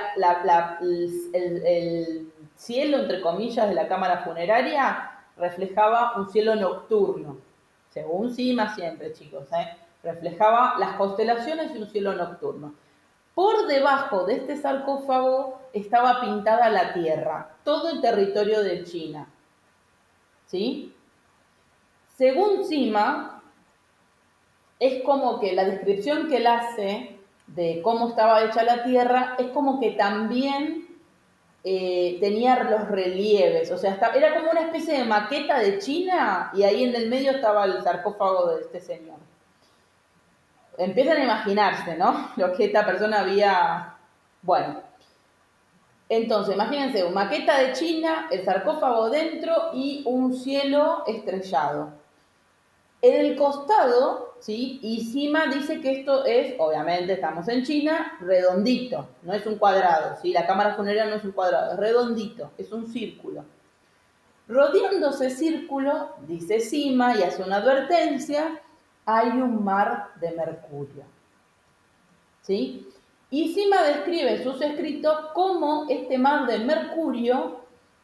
el cielo, entre comillas, de la cámara funeraria, reflejaba un cielo nocturno, según Sima siempre, chicos, ¿eh? Reflejaba las constelaciones y un cielo nocturno. Por debajo de este sarcófago estaba pintada la tierra, todo el territorio de China, ¿sí? Según Sima, es como que la descripción que él hace de cómo estaba hecha la tierra es como que también tenía los relieves, o sea, era como una especie de maqueta de China y ahí en el medio estaba el sarcófago de este señor. Empiezan a imaginarse, ¿no? Lo que esta persona había... Bueno, entonces, imagínense, una maqueta de China, el sarcófago dentro y un cielo estrellado. En el costado, ¿sí? Y Sima dice que esto es, obviamente estamos en China, redondito, no es un cuadrado, ¿sí? La cámara funeraria no es un cuadrado, es redondito, es un círculo. Rodeando ese círculo, dice Sima y hace una advertencia, hay un mar de mercurio. ¿sí? Y Sima describe en sus escritos cómo este mar de Mercurio,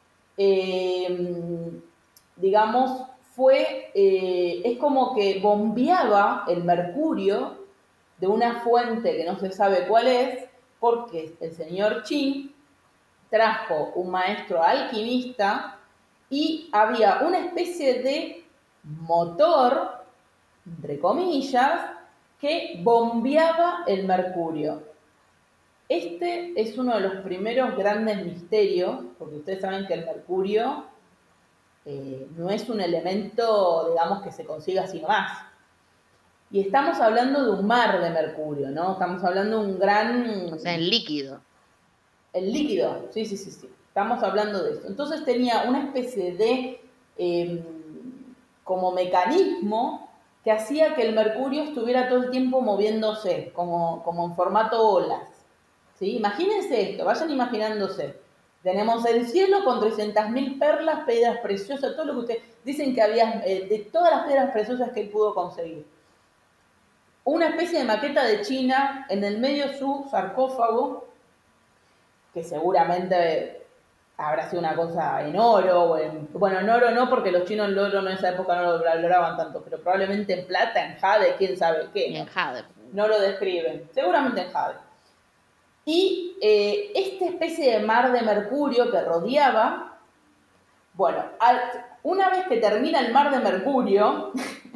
digamos, es como que bombeaba el mercurio de una fuente que no se sabe cuál es, porque el señor Qin trajo un maestro alquimista y había una especie de motor, entre comillas, que bombeaba el mercurio. Este es uno de los primeros grandes misterios, porque ustedes saben que el mercurio no es un elemento, digamos, que se consiga así nomás. Y estamos hablando de un mar de mercurio, ¿no? Estamos hablando de un O sea, gran... en líquido. El líquido, sí, sí, sí, sí. Estamos hablando de eso. Entonces tenía una especie de eh, como mecanismo que hacía que el mercurio estuviera todo el tiempo moviéndose, como en formato olas. ¿Sí? Imagínense esto, vayan imaginándose. Tenemos el cielo con 300.000 perlas, piedras preciosas, todo lo que ustedes dicen que había, de todas las piedras preciosas que él pudo conseguir. Una especie de maqueta de China, en el medio su sarcófago, que seguramente habrá sido una cosa en oro, bueno, en oro no, porque los chinos el oro en esa época no lo valoraban tanto, pero probablemente en plata, en jade, quién sabe qué, Y ¿no? en jade. No lo describen, seguramente en jade. Y esta especie de mar de mercurio que rodeaba, bueno, una vez que termina el mar de mercurio,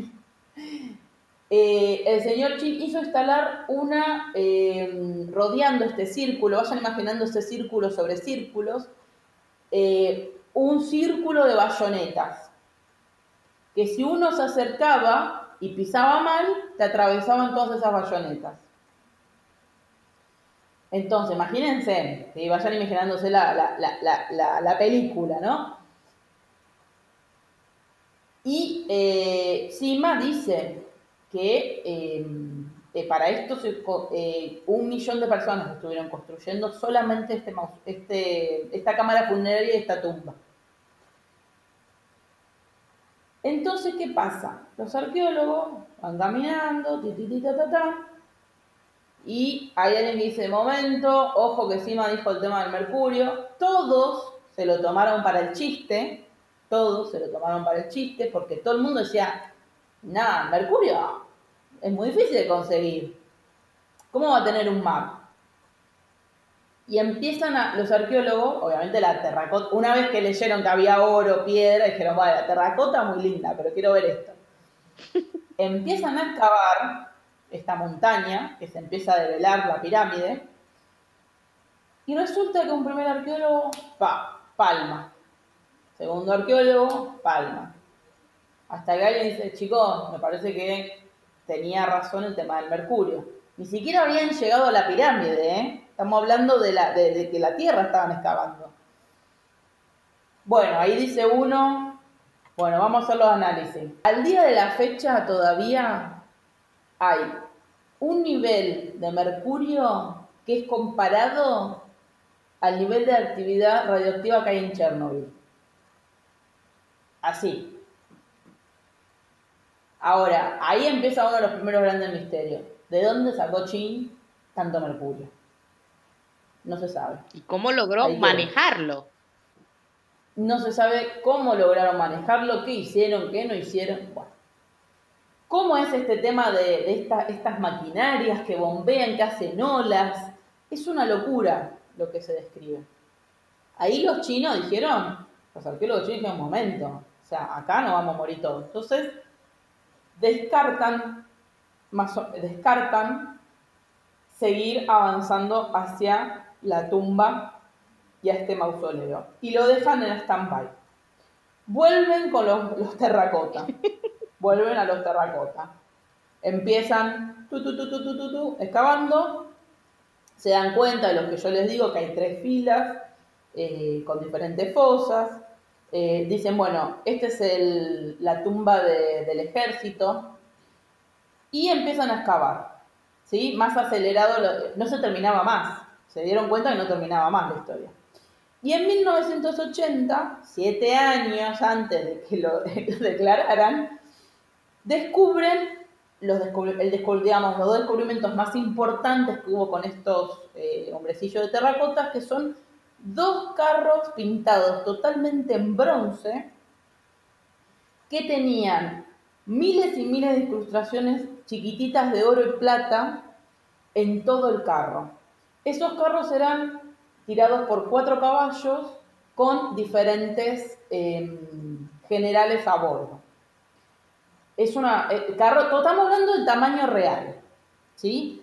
el señor Qin hizo instalar rodeando este círculo, vayan imaginando este círculo sobre círculos, un círculo de bayonetas, que si uno se acercaba y pisaba mal, te atravesaban todas esas bayonetas. Entonces, imagínense, que vayan imaginándose la película, ¿no? Y Sima dice que para esto 1 millón de personas estuvieron construyendo solamente esta cámara funeraria y esta tumba. Entonces, ¿qué pasa? Los arqueólogos van caminando, y hay alguien que dice, momento, ojo que Sima dijo el tema del mercurio. Todos se lo tomaron para el chiste, todos se lo tomaron para el chiste, porque todo el mundo decía, nada, mercurio es muy difícil de conseguir. ¿Cómo va a tener un mar? Y empiezan los arqueólogos, obviamente la terracota, una vez que leyeron que había oro, piedra, dijeron, bueno, la terracota muy linda, pero quiero ver esto. Empiezan a excavar esta montaña, que se empieza a develar la pirámide, y resulta que un primer arqueólogo, palma. Segundo arqueólogo, palma. Hasta que alguien dice, chicos, me parece que tenía razón el tema del mercurio. Ni siquiera habían llegado a la pirámide, ¿eh? Estamos hablando de que la tierra estaban excavando. Bueno, ahí dice uno, bueno, vamos a hacer los análisis. Al día de la fecha todavía hay un nivel de mercurio que es comparado al nivel de actividad radioactiva que hay en Chernobyl. Así. Ahora, ahí empieza uno de los primeros grandes misterios. ¿De dónde sacó Qin tanto mercurio? No se sabe. ¿Y cómo logró Ahí quedó. manejarlo? No se sabe cómo lograron manejarlo, qué hicieron, qué no hicieron. Bueno. ¿Cómo es este tema de estas maquinarias que bombean, que hacen olas? Es una locura lo que se describe. Ahí los chinos dijeron, los arqueólogos chinos dijeron, un momento, o sea, acá no vamos a morir todos. Entonces, descartan seguir avanzando hacia la tumba y a este mausoleo. Y lo dejan en stand-by. Vuelven con los terracotas. Vuelven a los terracotas. Empiezan excavando. Se dan cuenta de lo que yo les digo, que hay 3 filas con diferentes fosas. Dicen, bueno, esta es la tumba del ejército. Y empiezan a excavar. ¿Sí? Más acelerado, no se terminaba más. Se dieron cuenta que no terminaba más la historia. Y en 1980, 7 años antes de que lo declararan, descubren digamos, los dos descubrimientos más importantes que hubo con estos hombrecillos de terracota, que son dos carros pintados totalmente en bronce, que tenían miles y miles de incrustaciones chiquititas de oro y plata en todo el carro. Esos carros eran tirados por 4 caballos con diferentes generales a bordo. Es una carro, estamos hablando del tamaño real, ¿sí?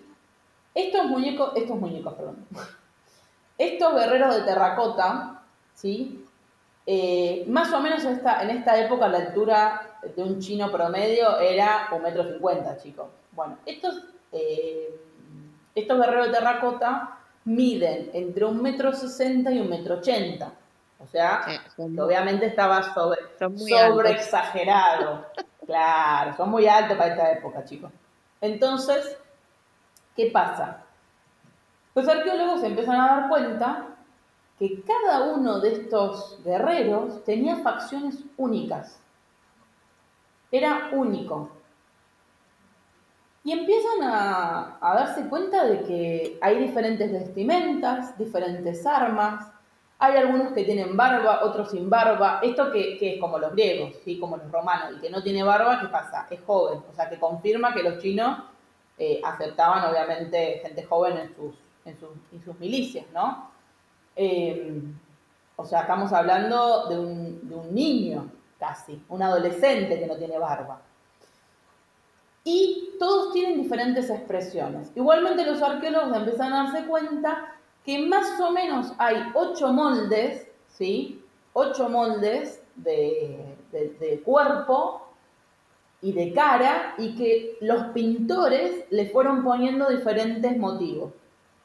Perdón. Estos guerreros de terracota, ¿sí? Más o menos en esta época la altura de un chino promedio era 1,50 m, chicos. Bueno, estos guerreros de terracota miden entre 1,60 m y 1,80 m. O sea, Sí, que obviamente estaba son muy sobre altos. exagerado. Claro, son muy altos para esta época, chicos. Entonces, ¿qué pasa? Los arqueólogos se empiezan a dar cuenta que cada uno de estos guerreros tenía facciones únicas. Era único. Y empiezan a darse cuenta de que hay diferentes vestimentas, diferentes armas. Hay algunos que tienen barba, otros sin barba. Esto que es como los griegos, ¿sí? Como los romanos. El que no tiene barba, ¿qué pasa? Es joven. O sea, que confirma que los chinos aceptaban, obviamente, gente joven en sus milicias, ¿no? Eh, o sea, estamos hablando de un niño, casi, un adolescente que no tiene barba. Y todos tienen diferentes expresiones. Igualmente los arqueólogos empiezan a darse cuenta que más o menos hay 8 moldes, ¿sí? 8 moldes de cuerpo y de cara, y que los pintores le fueron poniendo diferentes motivos.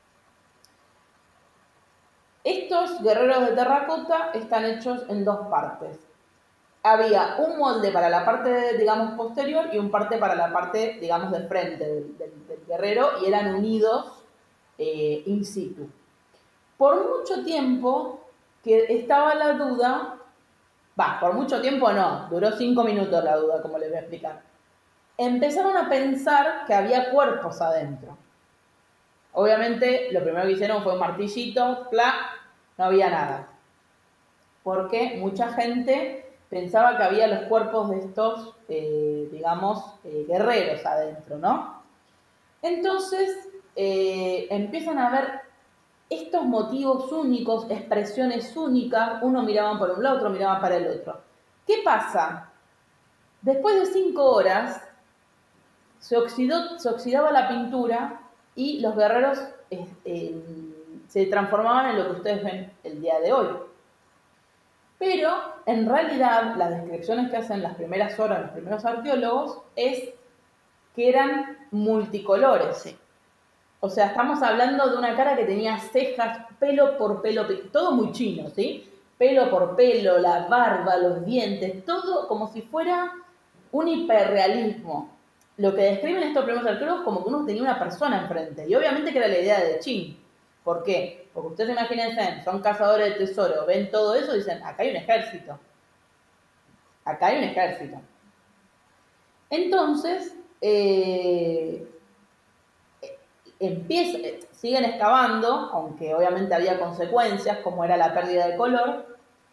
Estos guerreros de terracota están hechos en dos partes. Había un molde para la parte, digamos, posterior y un parte para la parte, digamos, de frente del guerrero, y eran unidos in situ. Por mucho tiempo que estaba la duda, por mucho tiempo no, duró 5 minutos la duda, como les voy a explicar. Empezaron a pensar que había cuerpos adentro. Obviamente, lo primero que hicieron fue un martillito, no había nada. Porque mucha gente pensaba que había los cuerpos de estos, guerreros adentro, ¿no? Entonces, empiezan a ver estos motivos únicos, expresiones únicas, uno miraba por un lado, otro miraba para el otro. ¿Qué pasa? Después de 5 horas, se oxidaba la pintura y los guerreros se transformaban en lo que ustedes ven el día de hoy. Pero, en realidad, las descripciones que hacen las primeras horas los primeros arqueólogos es que eran multicolores. Sí. O sea, estamos hablando de una cara que tenía cejas, pelo por pelo, todo muy chino, ¿sí? Pelo por pelo, la barba, los dientes, todo como si fuera un hiperrealismo. Lo que describen estos primeros arqueólogos como que uno tenía una persona enfrente. Y obviamente que era la idea de Qin. ¿Por qué? Porque ustedes imagínense, son cazadores de tesoro, ven todo eso y dicen, acá hay un ejército. Acá hay un ejército. Entonces, siguen excavando, aunque obviamente había consecuencias, como era la pérdida de color,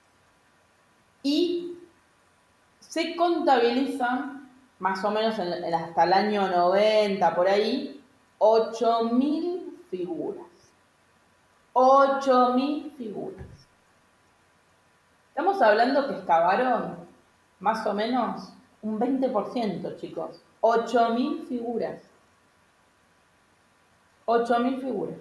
y se contabilizan, más o menos hasta el año 90, por ahí, 8.000 figuras. 8.000 figuras. Estamos hablando que excavaron más o menos un 20%, chicos. 8.000 figuras. 8.000 figuras.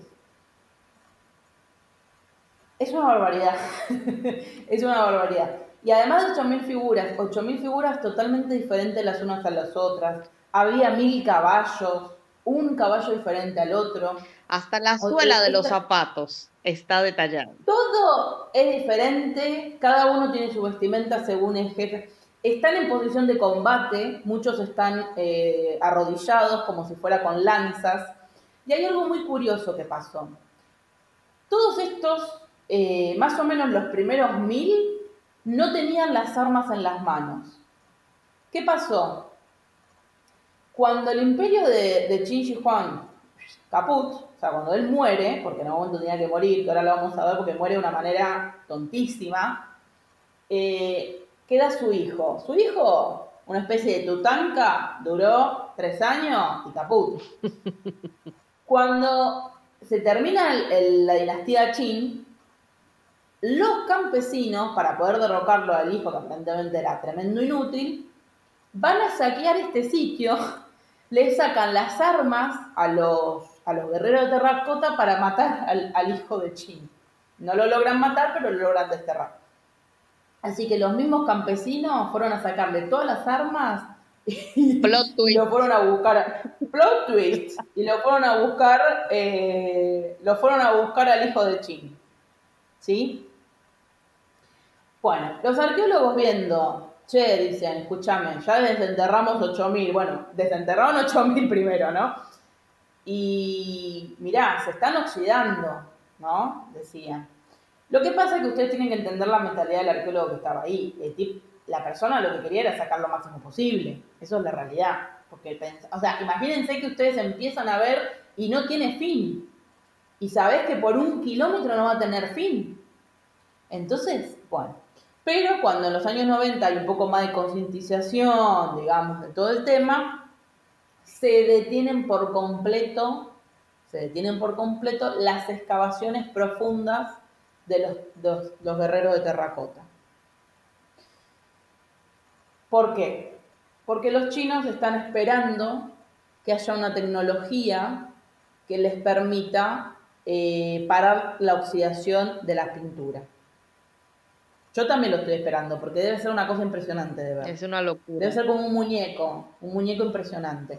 Es una barbaridad. Es una barbaridad. Y además de 8.000 figuras totalmente diferentes las unas a las otras. Había 1.000 caballos, un caballo diferente al otro. Hasta la suela de los zapatos está detallada. Todo es diferente, cada uno tiene su vestimenta según el jefe. Están en posición de combate, muchos están arrodillados como si fuera con lanzas. Y hay algo muy curioso que pasó. Todos estos, más o menos los primeros 1.000, no tenían las armas en las manos. ¿Qué pasó? Cuando el imperio de Qin Shi Huang caput, o sea, cuando él muere, porque en algún momento tenía que morir, que ahora lo vamos a ver porque muere de una manera tontísima, queda su hijo. Su hijo, una especie de Tutanka, duró 3 años y caput. Cuando se termina la dinastía Qin, los campesinos, para poder derrocarlo al hijo, que aparentemente era tremendo inútil, van a saquear este sitio, le sacan las armas a los guerreros de terracota para matar al hijo de Qin. No lo logran matar, pero lo logran desterrar. Así que los mismos campesinos fueron a sacarle todas las armas Plot y twist. lo fueron a buscar. Plot twist. Y lo fueron a buscar, al hijo de Qin. ¿Sí? Bueno, los arqueólogos viendo, che, dicen, escúchame, ya desenterramos 8.000, bueno, desenterraron 8.000 primero, ¿no? Y mirá, se están oxidando, ¿no? Decían. Lo que pasa es que ustedes tienen que entender la mentalidad del arqueólogo que estaba ahí. La persona lo que quería era sacar lo máximo posible. Eso es la realidad. Porque, o sea, imagínense que ustedes empiezan a ver y no tiene fin. Y sabés que por 1 kilómetro no va a tener fin. Entonces, bueno. Pero cuando en los años 90 hay un poco más de concientización, digamos, de todo el tema, se detienen por completo las excavaciones profundas de los guerreros de terracota. ¿Por qué? Porque los chinos están esperando que haya una tecnología que les permita parar la oxidación de la pintura. Yo también lo estoy esperando, porque debe ser una cosa impresionante de ver. Es una locura. Debe ser como un muñeco impresionante.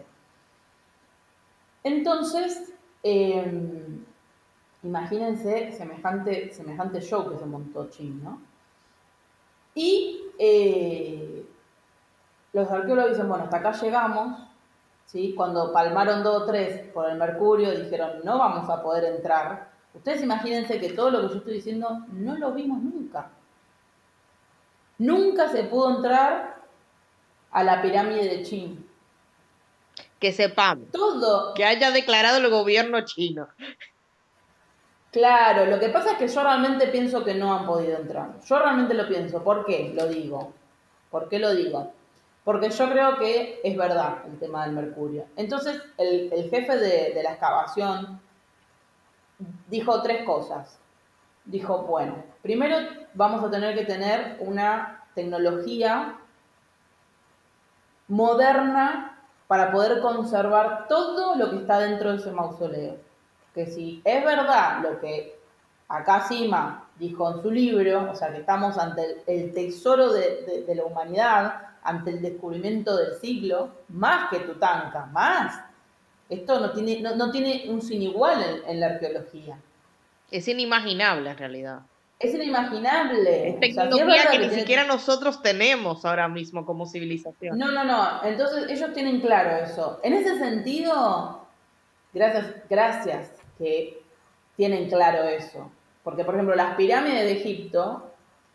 Entonces, imagínense semejante show que se montó Qin, ¿no? Y los arqueólogos dicen, bueno, hasta acá llegamos, ¿sí? Cuando palmaron 2 o 3 por el mercurio, dijeron, no vamos a poder entrar. Ustedes imagínense que todo lo que yo estoy diciendo no lo vimos nunca. Nunca se pudo entrar a la pirámide de Qin. Que sepamos. Todo. Que haya declarado el gobierno chino. Claro, lo que pasa es que yo realmente pienso que no han podido entrar. Yo realmente lo pienso. ¿Por qué lo digo? ¿Por qué lo digo? Porque yo creo que es verdad el tema del mercurio. Entonces, el jefe de la excavación dijo 3 cosas. Dijo, bueno, primero vamos a tener que tener una tecnología moderna para poder conservar todo lo que está dentro de ese mausoleo. Que si es verdad lo que acá Sima dijo en su libro, o sea que estamos ante el tesoro de la humanidad, ante el descubrimiento del siglo, más que Tutanka, más. Esto no tiene un sin igual en la arqueología. Es inimaginable en realidad. Es Es inimaginable. O sea, si es tecnología verdad que que ni tiene. siquiera nosotros tenemos ahora mismo como civilización. No. Entonces ellos tienen claro eso. En ese sentido, gracias que tienen claro eso. Porque, por ejemplo, las pirámides de Egipto,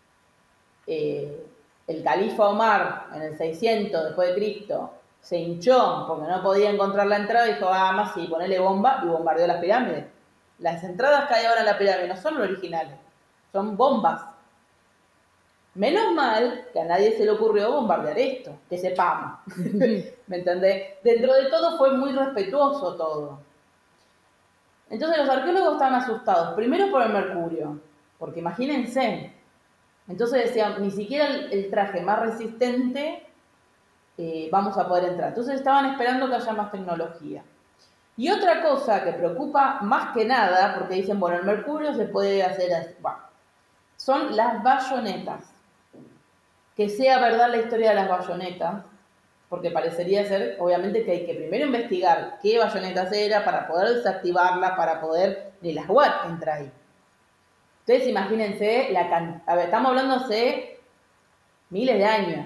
el califa Omar en el 600 después de Cristo se hinchó porque no podía encontrar la entrada y dijo, más sí, ponele bomba y bombardeó las pirámides. Las entradas que hay ahora en la pirámide no son originales, son bombas. Menos mal que a nadie se le ocurrió bombardear esto, que sepamos. ¿Me entendés? Dentro de todo fue muy respetuoso todo. Entonces los arqueólogos estaban asustados, primero por el mercurio, porque imagínense. Entonces decían, ni siquiera el traje más resistente vamos a poder entrar. Entonces estaban esperando que haya más tecnología. Y otra cosa que preocupa más que nada, porque dicen, bueno, el mercurio se puede hacer así, bueno, son las bayonetas. Que sea verdad la historia de las bayonetas, porque parecería ser, obviamente, que hay que primero investigar qué bayonetas era para poder desactivarla, para poder, ni las WAT entra ahí. Ustedes imagínense, a ver, estamos hablando hace miles de años,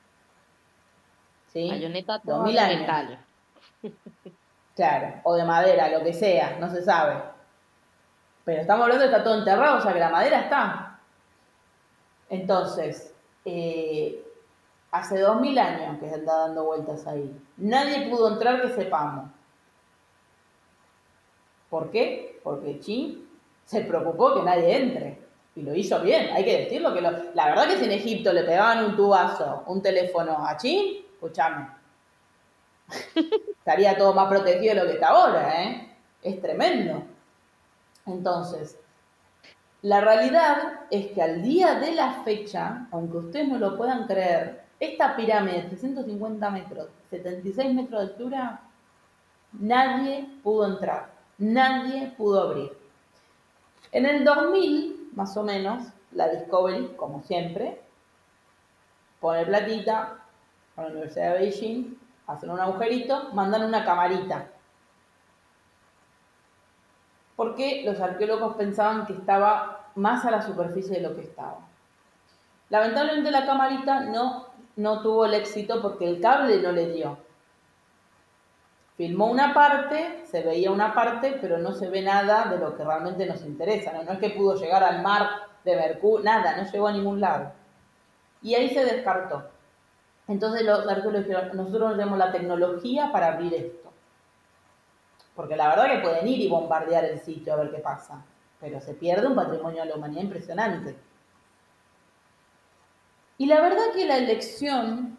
¿sí? Bayoneta toda 2000 de años, metal. claro, o de madera, lo que sea, no se sabe. Pero estamos hablando de que está todo enterrado, o sea que la madera está. Entonces, Hace 2000 años que se anda dando vueltas ahí. Nadie pudo entrar que sepamos. ¿Por qué? Porque Chin se preocupó que nadie entre. Y lo hizo bien, hay que decirlo. La verdad que si en Egipto le pegaban un tubazo, un teléfono a Chin, escuchame, estaría todo más protegido de lo que está ahora, ¿eh? Es tremendo. Entonces, la realidad es que al día de la fecha, aunque ustedes no lo puedan creer, esta pirámide de 350 metros, 76 metros de altura, nadie pudo entrar, nadie pudo abrir. En el 2000, más o menos, la Discovery, como siempre, pone platita con la Universidad de Beijing, hacen un agujerito, mandan una camarita. Porque los arqueólogos pensaban que estaba más a la superficie de lo que estaba. Lamentablemente la camarita no tuvo el éxito porque el cable no le dio. Filmó una parte, se veía una parte, pero no se ve nada de lo que realmente nos interesa. No es que pudo llegar al mar de Mercurio, nada, no llegó a ningún lado. Y ahí se descartó. Entonces los arqueólogos dijeron, nosotros no tenemos la tecnología para abrir esto. Porque la verdad que pueden ir y bombardear el sitio a ver qué pasa. Pero se pierde un patrimonio de la humanidad impresionante. Y la verdad que la elección,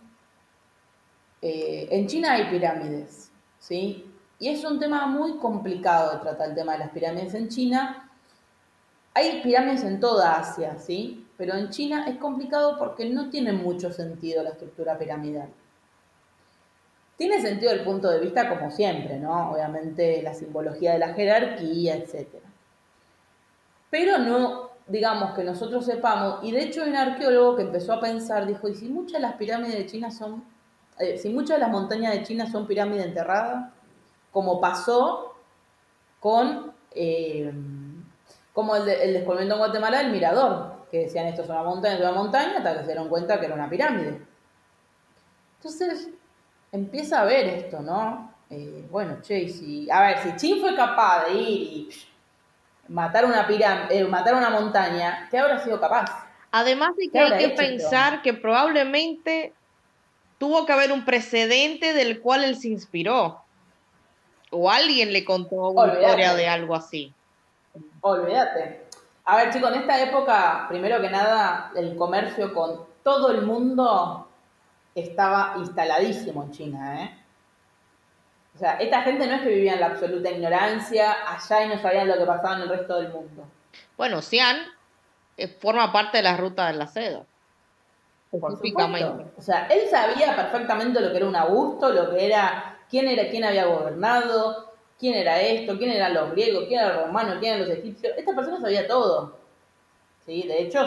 en China hay pirámides, ¿sí? Y es un tema muy complicado de tratar el tema de las pirámides en China. Hay pirámides en toda Asia, ¿sí? Pero en China es complicado porque no tiene mucho sentido la estructura piramidal. Tiene sentido desde el punto de vista como siempre, ¿no? Obviamente la simbología de la jerarquía, etc. Pero no, digamos, que nosotros sepamos, y de hecho hay un arqueólogo que empezó a pensar, dijo, ¿y si muchas de las pirámides de China son, si muchas de las montañas de China son pirámides enterradas, como pasó con, como el descubrimiento en Guatemala del Mirador, que decían esto es una montaña, hasta que se dieron cuenta que era una pirámide. Entonces, empieza a ver esto, ¿no? Bueno, che, a ver, si Chin fue capaz de ir y matar una matar una montaña, ¿qué habrá sido capaz? Además de ¿Qué que hay habrá que hecho este hombre? pensar que probablemente tuvo que haber un precedente del cual él se inspiró, o alguien le contó una historia Olvídate, de algo así. olvídate. A ver, chicos, en esta época, primero que nada, el comercio con todo el mundo estaba instaladísimo en China, ¿eh? O sea, esta gente no es que vivía en la absoluta ignorancia allá y no sabían lo que pasaba en el resto del mundo. Bueno, Xi'an forma parte de la ruta de la seda, Por específicamente. supuesto. O sea, él sabía perfectamente lo que era un Augusto, lo que era, quién había gobernado, quién era esto, quién eran los griegos, quién eran los romanos, quién eran los egipcios. Esta persona sabía todo. ¿Sí? De hecho,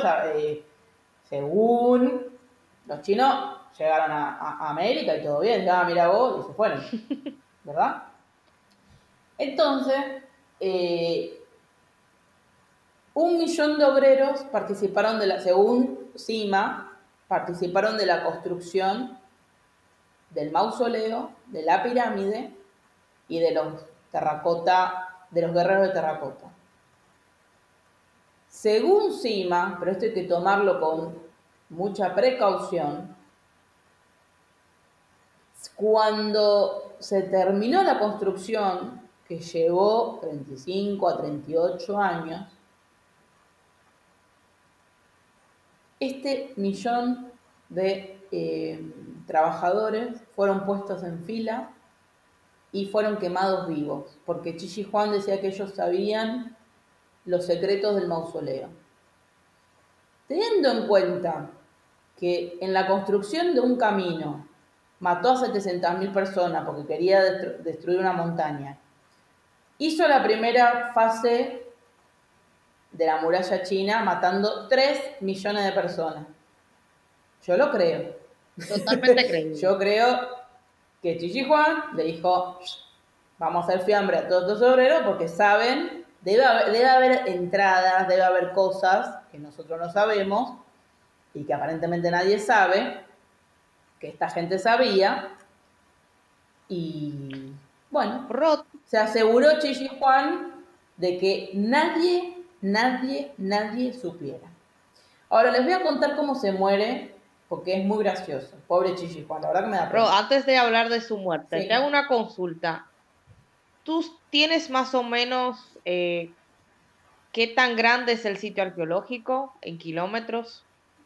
según los chinos, llegaron a América y todo bien, ya mira vos, y se fueron. ¿Verdad? Entonces, eh, 1 millón de obreros participaron según CIMA, participaron de la construcción del mausoleo, de la pirámide y de los de los guerreros de terracota. Según CIMA, pero esto hay que tomarlo con mucha precaución, cuando se terminó la construcción, que llevó 35 a 38 años, este millón de trabajadores fueron puestos en fila y fueron quemados vivos, porque Chichi Juan decía que ellos sabían los secretos del mausoleo. Teniendo en cuenta que en la construcción de un camino mató a 700.000 personas porque quería destruir una montaña, hizo la primera fase de la muralla china matando 3 millones de personas. Yo lo creo. Totalmente creíble. Yo creo que Chichi Juan le dijo, vamos a hacer fiambre a todos los obreros porque saben, debe haber entradas, debe haber cosas que nosotros no sabemos y que aparentemente nadie sabe, que esta gente sabía, y bueno, Rot, se aseguró Chichi Juan de que nadie supiera. Ahora les voy a contar cómo se muere porque es muy gracioso. Pobre Chichi Juan, la verdad que me da Bro, pena. antes de hablar de su muerte, te hago Sí. una consulta. ¿Tú tienes más o menos qué tan grande es el sitio arqueológico en kilómetros?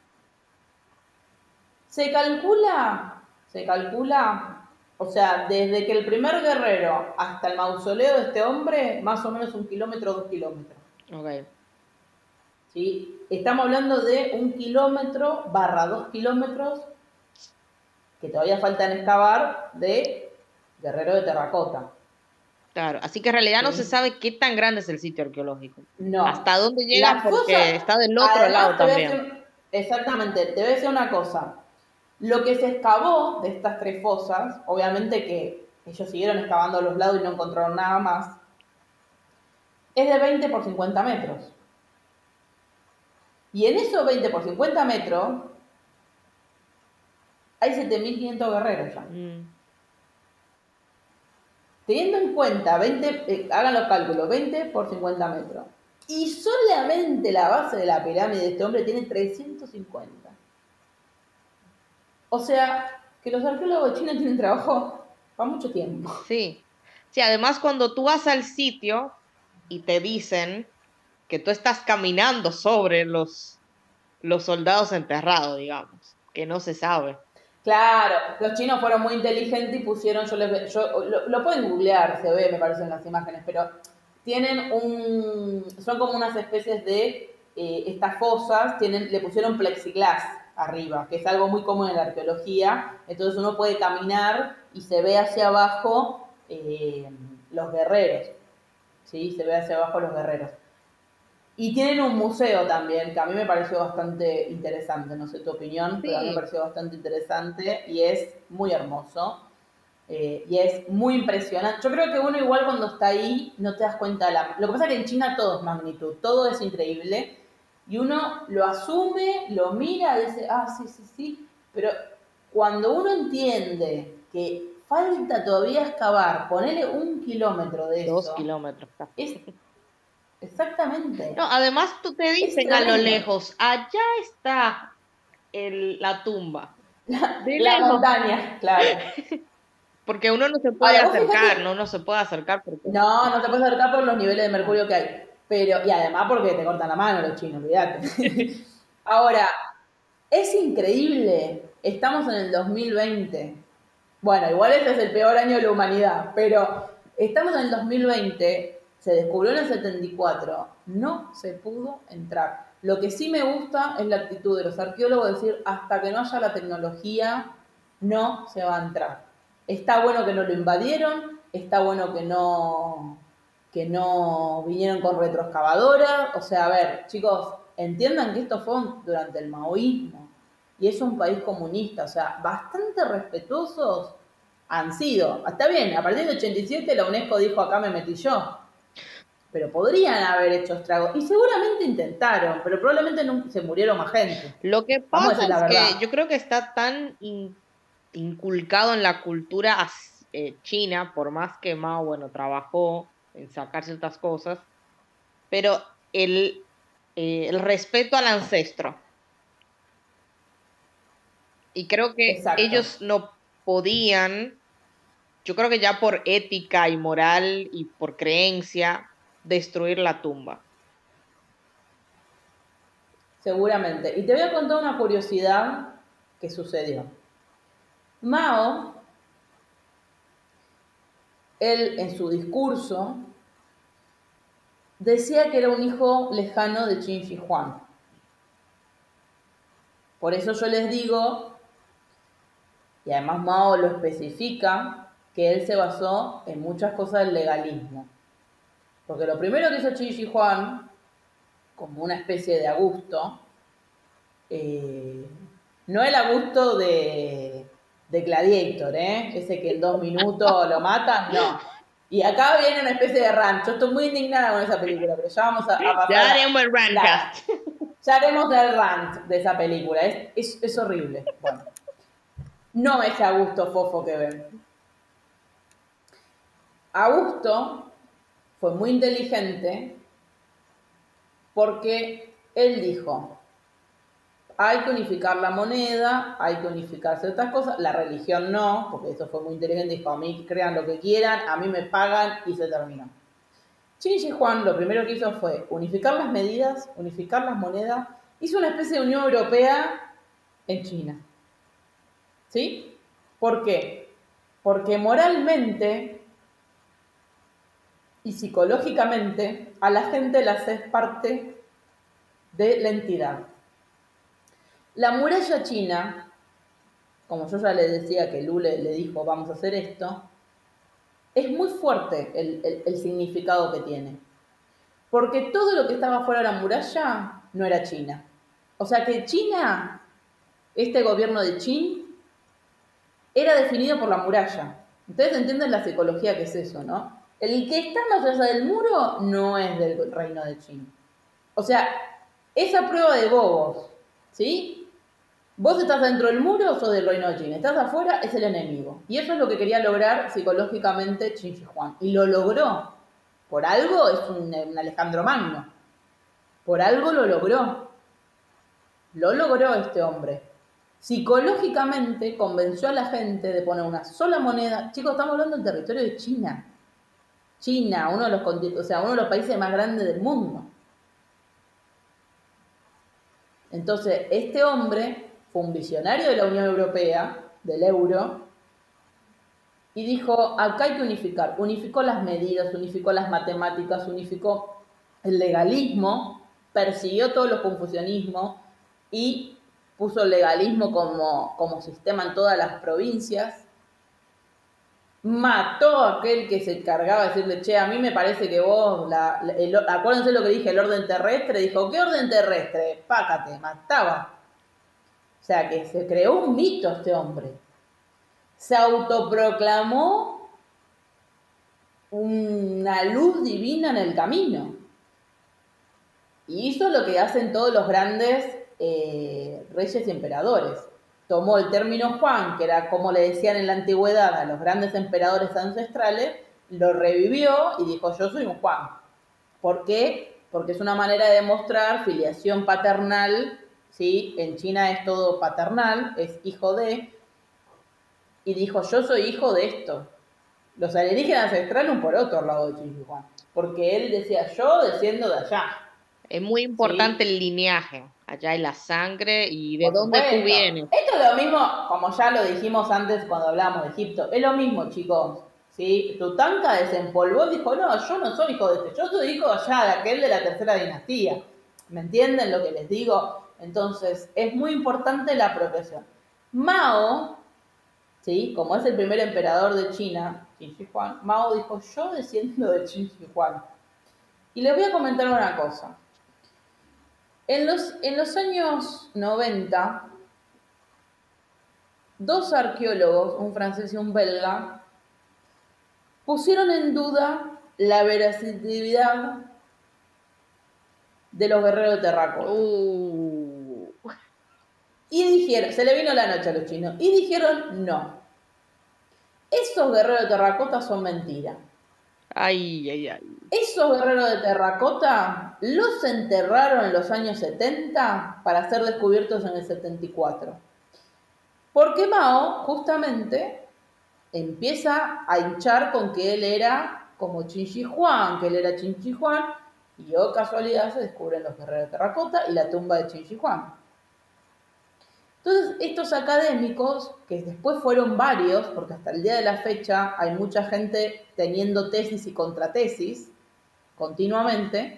Se calcula, o sea, desde que el primer guerrero hasta el mausoleo de este hombre, más o menos 1 kilómetro, 2 kilómetros. Ok, ¿Sí? Estamos hablando de 1 kilómetro barra 2 kilómetros que todavía faltan excavar de Guerrero de Terracota. claro. Así que en realidad no se ¿Sí? sabe qué tan grande es el sitio arqueológico. No. ¿Hasta dónde llega? La Porque fosa, está del otro lado además te voy a también. decir, exactamente, te voy a decir una cosa. Lo que se excavó de estas 3 fosas, obviamente que ellos siguieron excavando a los lados y no encontraron nada más, es de 20 por 50 metros. Y en esos 20 por 50 metros hay 7.500 guerreros ya. Mm, Teniendo en cuenta, 20, hagan los cálculos, 20 por 50 metros. Y solamente la base de la pirámide de este hombre tiene 350. O sea, que los arqueólogos de China tienen trabajo para mucho tiempo. sí. Sí, además cuando tú vas al sitio y te dicen que tú estás caminando sobre los soldados enterrados, digamos, que no se sabe. Claro, los chinos fueron muy inteligentes y pusieron, lo pueden googlear, se ve, me parecen las imágenes, pero son como unas especies de, estas fosas, le pusieron plexiglas arriba, que es algo muy común en la arqueología, entonces uno puede caminar y se ve hacia abajo los guerreros, ¿sí? Se ve hacia abajo los guerreros. Y tienen un museo también, que a mí me pareció bastante interesante, no sé tu opinión, pero a mí me Sí, pareció bastante interesante y es muy hermoso. Y es muy impresionante. Yo creo que uno igual cuando está ahí no te das cuenta de la... Lo que pasa es que en China todo es magnitud, todo es increíble. Y uno lo asume, lo mira, dice, ah, sí, sí, sí. Pero cuando uno entiende que falta todavía excavar, ponerle 1 kilómetro de 2 kilómetros. es exactamente, No, además tú te es dicen a lo tremendo. lejos, allá está la tumba, de La lejos, montaña, claro. porque uno no se puede Ahora, vos acercar, fíjate, no se puede acercar porque no te puedes acercar por los niveles de no. mercurio que hay. Pero, y además porque te cortan la mano los chinos, olvídate. Ahora, es increíble. Estamos en el 2020. Bueno, igual ese es el peor año de la humanidad, pero estamos en el 2020, se descubrió en el 74, no se pudo entrar. Lo que sí me gusta es la actitud de los arqueólogos de decir, hasta que no haya la tecnología, no se va a entrar. Está bueno que no lo invadieron, está bueno que no vinieron con retroexcavadora. O sea, a ver, chicos, entiendan que esto fue durante el maoísmo y es un país comunista, o sea, bastante respetuosos han sido. Está bien, a partir del 87 la UNESCO dijo acá me metí yo, pero podrían haber hecho estragos y seguramente intentaron, pero probablemente no, se murieron más gente. Lo que Vamos a pasa decir la es verdad. que yo creo que está tan inculcado en la cultura china, por más que Mao, bueno, trabajó en sacar ciertas cosas, pero el, el respeto al ancestro. Y creo que Exacto, ellos no podían, yo creo que ya por ética y moral y por creencia, destruir la tumba. seguramente. Y te voy a contar una curiosidad que sucedió. Mao, él en su discurso decía que era un hijo lejano de Qin Shi Huang. Por eso yo les digo, y además Mao lo especifica, que él se basó en muchas cosas del legalismo. Porque lo primero que hizo Qin Shi Huang, como una especie de Augusto, eh, no el Augusto de Gladiator, ese que en 2 minutos lo matan, no. Y acá viene una especie de rancho. Estoy muy indignada con esa película, pero ya vamos a pasar Ya a... haremos el Nada, Randcast. ya haremos el rant de esa película. Es horrible. Bueno, no ese Augusto fofo que ven. Augusto fue muy inteligente porque él dijo, hay que unificar la moneda, hay que unificar ciertas cosas, la religión no, porque eso fue muy inteligente, dijo, a mí crean lo que quieran, a mí me pagan y se terminó. Qin Shi Huang lo primero que hizo fue unificar las medidas, unificar las monedas, hizo una especie de Unión Europea en China. ¿Sí? ¿Por qué? Porque moralmente y psicológicamente a la gente la haces parte de la entidad. La muralla china, como yo ya le decía que Lu le dijo vamos a hacer esto, es muy fuerte el significado que tiene. Porque todo lo que estaba fuera de la muralla no era China. O sea que China, este gobierno de Qin, era definido por la muralla. Ustedes entienden la psicología que es eso, ¿no? El que está más allá del muro no es del reino de Qin. O sea, esa prueba de bobos, ¿sí? Vos estás dentro del muro o sos del reino de Qin. Estás afuera, es el enemigo. Y eso es lo que quería lograr psicológicamente Qin Shi Huang. Y lo logró. Por algo es un Alejandro Magno. Por algo lo logró. Lo logró este hombre. Psicológicamente convenció a la gente de poner una sola moneda. Chicos, estamos hablando del territorio de China. China, uno de los países más grandes del mundo. Entonces, este hombre fue un visionario de la Unión Europea, del euro, y dijo, acá hay que unificar. Unificó las medidas, unificó las matemáticas, unificó el legalismo, persiguió todos los confucianismos y puso el legalismo como sistema en todas las provincias. Mató a aquel que se encargaba de decirle, che, a mí me parece que vos, acuérdense lo que dije, el orden terrestre, dijo, ¿qué orden terrestre? Pácate, mataba. O sea, que se creó un mito este hombre. Se autoproclamó una luz divina en el camino. Y hizo lo que hacen todos los grandes reyes y emperadores. Tomó el término Juan, que era como le decían en la antigüedad a los grandes emperadores ancestrales, lo revivió y dijo, yo soy un Juan. ¿Por qué? Porque es una manera de demostrar filiación paternal, ¿sí? En China es todo paternal, es hijo de, y dijo, yo soy hijo de esto. Los alienígenas ancestrales un por otro al lado de Qin Shi Huang, porque él decía, yo desciendo de allá, Es muy importante ¿sí? el lineaje, allá hay la sangre y de Por dónde tú supuesto. vienes. Esto es lo mismo, como ya lo dijimos antes cuando hablábamos de Egipto, es lo mismo, chicos. ¿Sí? Tutanka desempolvó y dijo, no, yo no soy hijo de este, yo soy hijo allá de aquel de la tercera dinastía. ¿Me entienden lo que les digo? Entonces, es muy importante la apropiación. Mao, ¿sí? Como es el primer emperador de China, Qin Shi Huang, Mao dijo, yo desciendo de Qin Shi Huang. Y les voy a comentar una cosa. En los años 90, dos arqueólogos, un francés y un belga, pusieron en duda la veracidad de los guerreros de terracota. Uh, Y dijeron, se le vino la noche a los chinos, y dijeron, no, esos guerreros de terracota son mentiras. ay, ay, ay. Esos guerreros de terracota los enterraron en los años 70 para ser descubiertos en el 74. Porque Mao, justamente, empieza a hinchar con que él era como Qin Shi Huang, que él era Qin Shi Huang, y oh casualidad se descubren los guerreros de terracota y la tumba de Qin Shi Huang. Entonces, estos académicos, que después fueron varios, porque hasta el día de la fecha hay mucha gente teniendo tesis y contratesis continuamente,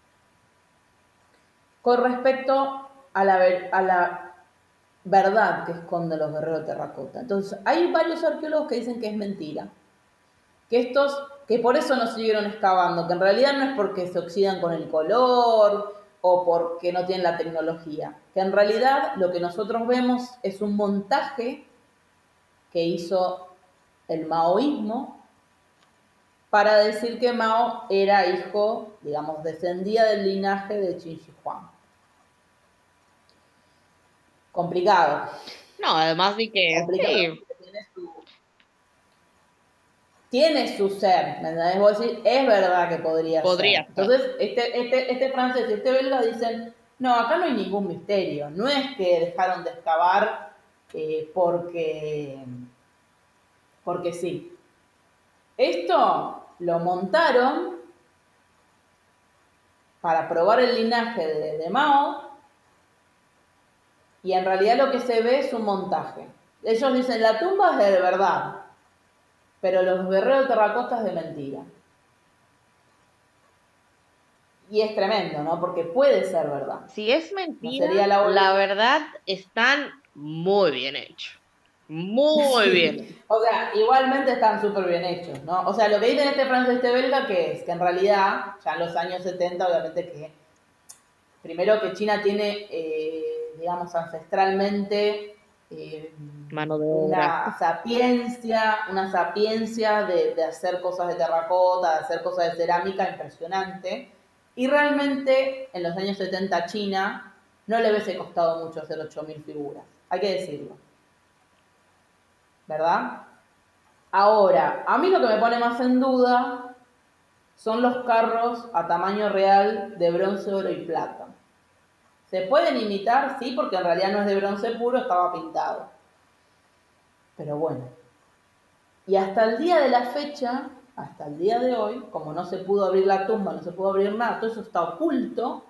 con respecto a la verdad que esconden los guerreros de terracota. Entonces, hay varios arqueólogos que dicen que es mentira, que por eso no siguieron excavando, que en realidad no es porque se oxidan con el color o porque no tienen la tecnología, que en realidad lo que nosotros vemos es un montaje que hizo el maoísmo para decir que Mao era hijo, digamos, descendía del linaje de Qin Shi Huang. Complicado, No, además de que complicado, sí, porque tiene su ser, ¿me entendés? Vos decís, es verdad que podría ser. podría ser. Entonces, este francés y este belga dicen, No, acá no hay ningún misterio. No es que dejaron de excavar porque sí. Esto lo montaron para probar el linaje de Mao y en realidad lo que se ve es un montaje. Ellos dicen la tumba es de verdad, pero los guerreros de terracota es de mentira. Y es tremendo, ¿no? Porque puede ser verdad. Si es No mentira, sería la la única. verdad están muy bien hechos. Muy bien Sí, hechos. o sea, igualmente están súper bien hechos, ¿no? O sea, lo que dicen este francés y este belga, que es que en realidad, ya en los años 70, obviamente que, primero que China tiene, digamos, ancestralmente eh, Mano de obra. una sapiencia de hacer cosas de terracota, de hacer cosas de cerámica impresionante. Y realmente en los años 70 China no le hubiese costado mucho hacer 8.000 figuras, hay que decirlo, ¿verdad? Ahora, a mí lo que me pone más en duda son los carros a tamaño real de bronce, oro y plata. ¿Se pueden imitar? Sí, porque en realidad no es de bronce puro, estaba pintado. Pero bueno. Y hasta el día de la fecha, hasta el día de hoy, como no se pudo abrir la tumba, no se pudo abrir nada, todo eso está oculto,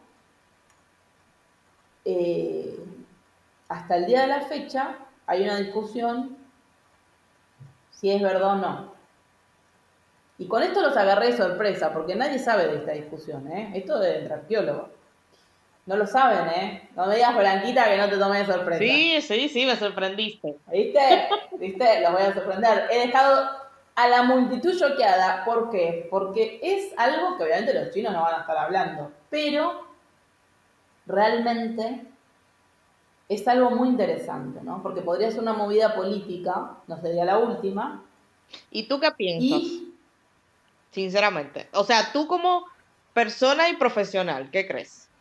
eh, hasta el día de la fecha hay una discusión si es verdad o no. Y con esto los agarré de sorpresa, porque nadie sabe de esta discusión, ¿eh? Esto es entre arqueólogos. No lo saben, ¿eh? No me digas, Blanquita, que no te tomé de sorpresa. Sí, sí, sí, me sorprendiste. ¿Viste? ¿Viste? Los voy a sorprender. He dejado a la multitud choqueada. ¿Por qué? Porque es algo que obviamente los chinos no van a estar hablando, pero realmente es algo muy interesante, ¿no? Porque podría ser una movida política, no sería la última, ¿Y tú qué piensas? y Sinceramente. O sea, tú como persona y profesional, ¿qué crees?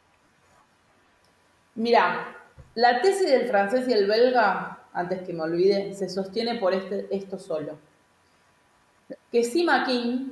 mira, la tesis del francés y el belga, antes que me olvide, se sostiene por esto solo. Que Sima King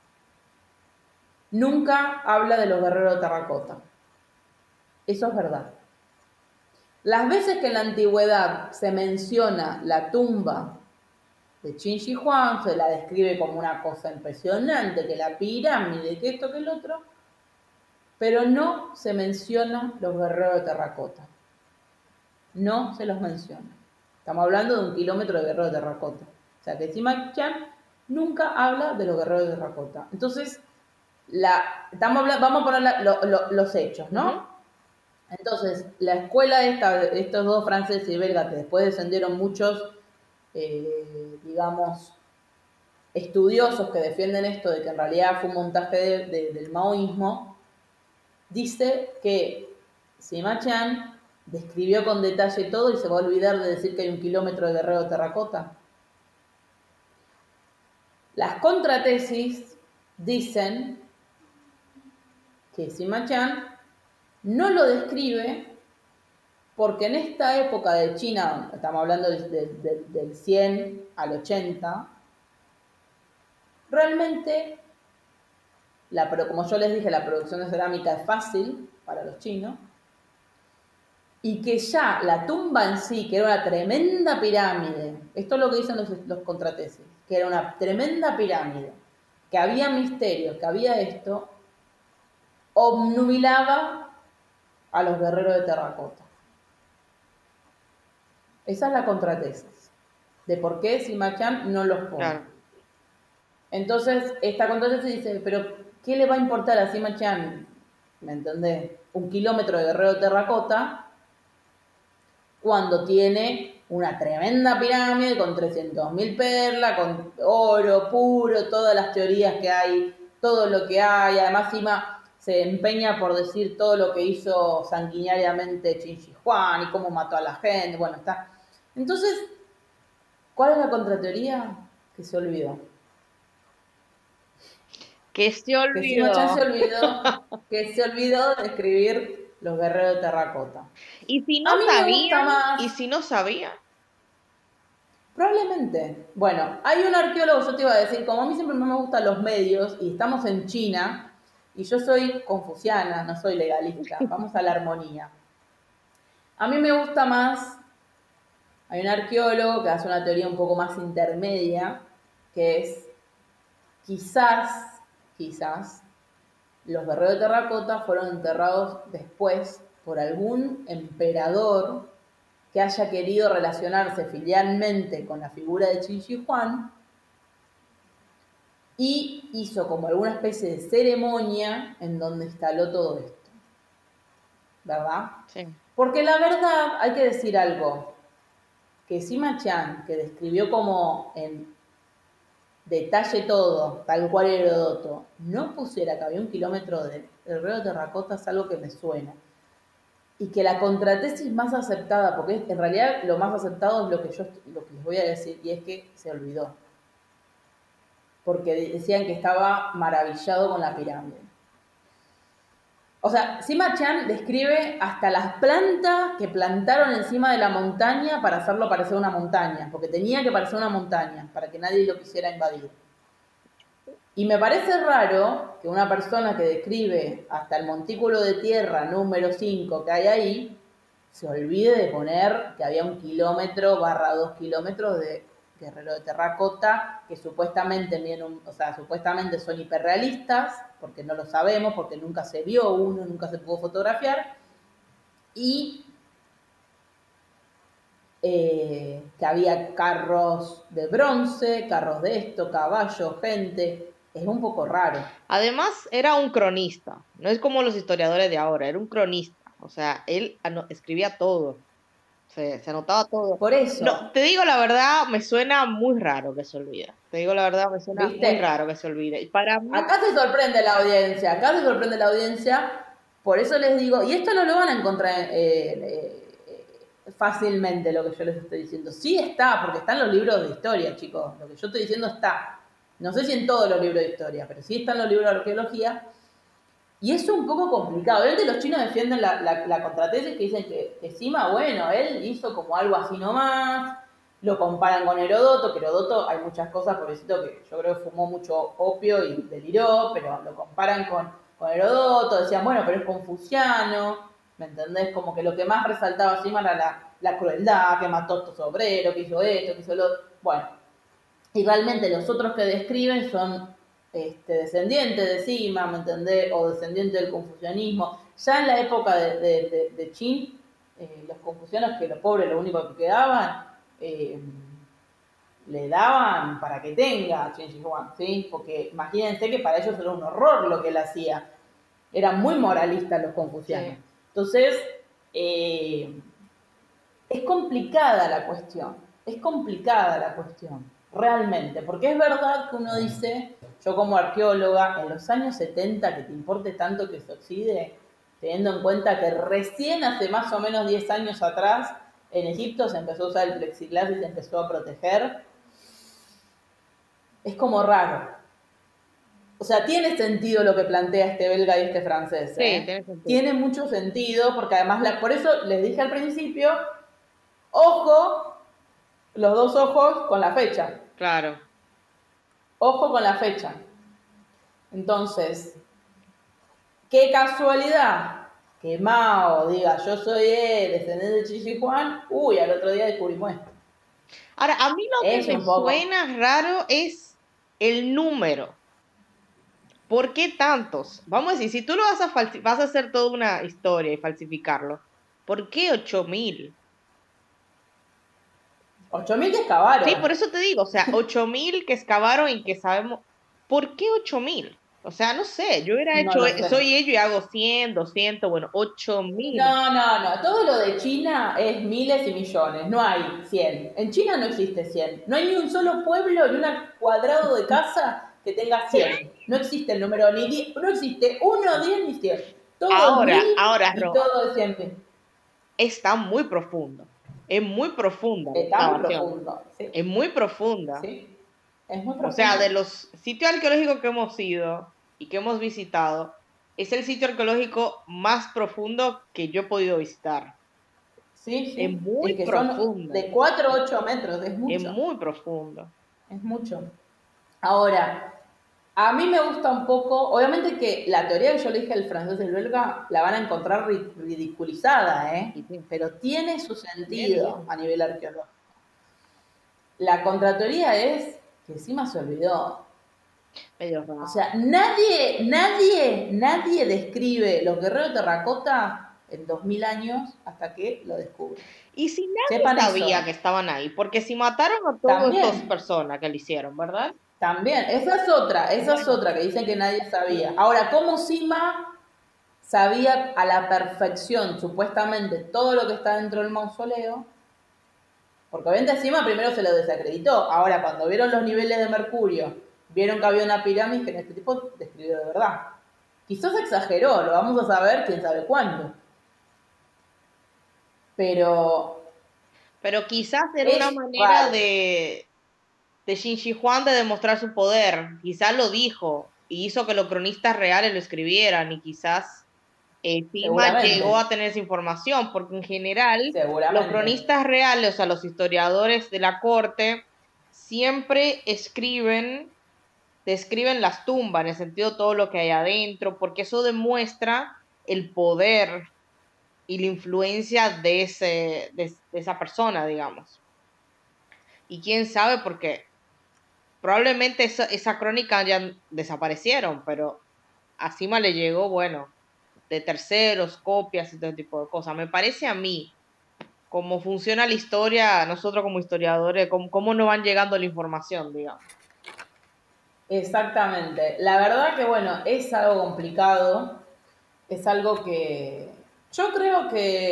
nunca habla de los guerreros de terracota. Eso es verdad. Las veces que en la antigüedad se menciona la tumba de Qin Shi Huang, se la describe como una cosa impresionante, que la pirámide, que esto, que el otro, pero no se menciona los guerreros de terracota. No se los menciona. Estamos hablando de 1 kilómetro de guerreros de terracota. O sea que Sima Qian nunca habla de los guerreros de terracota. Entonces, vamos a poner los hechos, Ujú. ¿no? Entonces, la escuela de estos dos franceses y belgas, que después descendieron muchos, digamos, estudiosos que defienden esto de que en realidad fue un montaje del maoísmo, dice que Sima Qian describió con detalle todo y se va a olvidar de decir que hay 1 kilómetro de guerrero de terracota. Las contratesis dicen que Sima Qian no lo describe porque en esta época de China, estamos hablando del 100 al 80, realmente, como yo les dije, la producción de cerámica es fácil para los chinos, y que ya la tumba en sí, que era una tremenda pirámide, esto es lo que dicen los contratesis, que era una tremenda pirámide, que había misterios, que había esto, obnubilaba a los guerreros de terracota. Esa es la contratesis, de por qué Sima Qian no los pone. Claro. Entonces, esta contratesis dice, pero ¿qué le va a importar a Sima Qian, me entendés, 1 kilómetro de guerrero de terracota cuando tiene una tremenda pirámide con 300.000 perlas, con oro puro, todas las teorías que hay, todo lo que hay? Además, Sima se empeña por decir todo lo que hizo sanguinariamente Qin Shi Huang y cómo mató a la gente. Bueno, está. Entonces, ¿cuál es la contrateoría? Que se olvidó. ¿Qué se Que Sima Chan olvidó? se olvidó de escribir Los Guerreros de Terracota. ¿Y si no A mí me gusta sabían? más, ¿Y si no sabían? probablemente. Bueno, hay un arqueólogo, yo te iba a decir, como a mí siempre me gustan los medios, y estamos en China, Y yo soy confuciana, no soy legalista. Vamos a la armonía. A mí me gusta más, hay un arqueólogo que hace una teoría un poco más intermedia, que es quizás, los guerreros de terracota fueron enterrados después por algún emperador que haya querido relacionarse filialmente con la figura de Qin Shi Huang y hizo como alguna especie de ceremonia en donde instaló todo esto, ¿verdad? Sí. Porque la verdad, hay que decir algo, que Sima Qian, que describió como en detalle todo, tal cual Herodoto, no pusiera que había 1 kilómetro del río de terracota, es algo que me suena. Y que la contratesis más aceptada, porque en realidad lo más aceptado es lo que les voy a decir, y es que se olvidó. Porque decían que estaba maravillado con la pirámide. O sea, Sima Qian describe hasta las plantas que plantaron encima de la montaña para hacerlo parecer una montaña, porque tenía que parecer una montaña, para que nadie lo quisiera invadir. Y me parece raro que una persona que describe hasta el montículo de tierra número 5 que hay ahí, se olvide de poner que había 1 kilómetro / 2 kilómetros de guerrero de terracota, que supuestamente supuestamente son hiperrealistas, porque no lo sabemos, porque nunca se vio uno, nunca se pudo fotografiar, y que había carros de bronce, carros de esto, caballos, gente. Es un poco raro. Además, era un cronista, no es como los historiadores de ahora, era un cronista, o sea, él escribía todo, se anotaba todo. Por eso, No, te digo la verdad, me suena muy raro que se olvide. Te digo la verdad, me suena muy ¿viste? raro que se olvide. Y para mí, Acá se sorprende la audiencia, por eso les digo, y esto no lo van a encontrar fácilmente lo que yo les estoy diciendo. Sí está, porque están los libros de historia, chicos. Lo que yo estoy diciendo está. No sé si en todos los libros de historia, pero sí están los libros de arqueología. Y eso es un poco complicado. Obviamente los chinos defienden la contratesis que dicen que encima, bueno, él hizo como algo así nomás, lo comparan con Herodoto, que Herodoto hay muchas cosas, pobrecito, que yo creo que fumó mucho opio y deliró, pero lo comparan con Herodoto, decían, bueno, pero es confuciano, ¿me entendés? Como que lo que más resaltaba encima era la crueldad, que mató a estos obreros, que hizo esto, que hizo lo otro. Bueno, y realmente los otros que describen son descendientes de Sima, ¿me entendés? O descendientes del confucianismo. Ya en la época de Qin, los confucianos, que los pobres lo único que quedaban, le daban para que tenga a Qin Shi Huang, ¿sí? Porque imagínense que para ellos era un horror lo que él hacía. Eran muy moralistas los confucianos. sí. Entonces, es complicada la cuestión, realmente, porque es verdad que uno dice, yo como arqueóloga, en los años 70, que te importe tanto que se oxide, teniendo en cuenta que recién hace más o menos 10 años atrás, en Egipto se empezó a usar el plexiglas y se empezó a proteger, es como raro. O sea, tiene sentido lo que plantea este belga y este francés, Sí, ¿eh? tiene sentido. Tiene mucho sentido, porque además, por eso les dije al principio, ojo, los dos ojos con la fecha. Claro. Ojo con la fecha. Entonces, qué casualidad que Mao diga yo soy descendiente de Chi Juan, uy, al otro día descubrimos esto. Ahora, a mí lo que Es me un poco. suena raro es el número. ¿Por qué tantos? Vamos a decir, si tú lo vas a hacer toda una historia y falsificarlo, ¿por qué 8.000? 8.000 que Sí, excavaron. por eso te digo, o sea, 8.000 que excavaron y que sabemos. ¿Por qué 8.000? O sea, no sé, yo hubiera No hecho, lo sé. soy ello y hago 100, 200, bueno, 8.000. No. Todo lo de China es miles y millones. No hay 100. En China no existe 100. No hay ni un solo pueblo, ni un cuadrado de casa que tenga 100. No existe el número ni 10. No existe 1, 10 ni 100. Todo es Ahora, 1000 y Ro, todo es 100.000. está muy profundo. Es muy profunda la Está muy excavación. profundo. Sí, Es muy profunda. sí. Es muy O sea, de profundo. los sitios arqueológicos que hemos ido y que hemos visitado, es el sitio arqueológico más profundo que yo he podido visitar. Sí, Es sí. Y muy que son profunda. de 4 a 8 metros. Es Es mucho. muy profundo. Es mucho. Ahora, A mí me gusta un poco, obviamente que la teoría que yo le dije al francés y el belga la van a encontrar ridiculizada, Y sí, pero tiene su tiene, sentido tiene. a nivel arqueológico. La contrateoría es que encima se olvidó. Medio O sea, raro. nadie describe los guerreros de terracota en 2000 años hasta que lo descubren. Y si nadie Sepan sabía que eso. estaban ahí, porque si mataron a todas estas También, personas que lo hicieron, ¿verdad? también. Esa es Bueno, otra que dicen que nadie sabía. sí. Ahora, ¿cómo Sima sabía a la perfección, supuestamente, todo lo que está dentro del mausoleo? Porque obviamente Sima primero se lo desacreditó. Ahora, cuando vieron los niveles de mercurio, vieron que había una pirámide que este tipo describió de verdad. Quizás exageró, lo vamos a saber quién sabe cuándo. Pero Pero quizás era una es manera raro. de Shin Shi Huang de demostrar su poder. Quizás lo dijo y hizo que los cronistas reales lo escribieran y quizás Sima llegó Seguramente. a tener esa información, porque en general los Seguramente. cronistas reales, o sea, los historiadores de la corte, siempre describen las tumbas, en el sentido de todo lo que hay adentro, porque eso demuestra el poder y la influencia de esa persona, digamos. Y quién sabe por qué. Probablemente esa crónica ya desaparecieron, pero a Sima le llegó, bueno, de terceros, copias y todo tipo de cosas. Me parece a mí cómo funciona la historia, nosotros como historiadores, cómo nos van llegando la información, digamos. Exactamente. La verdad que, bueno, es algo complicado. Es algo que yo creo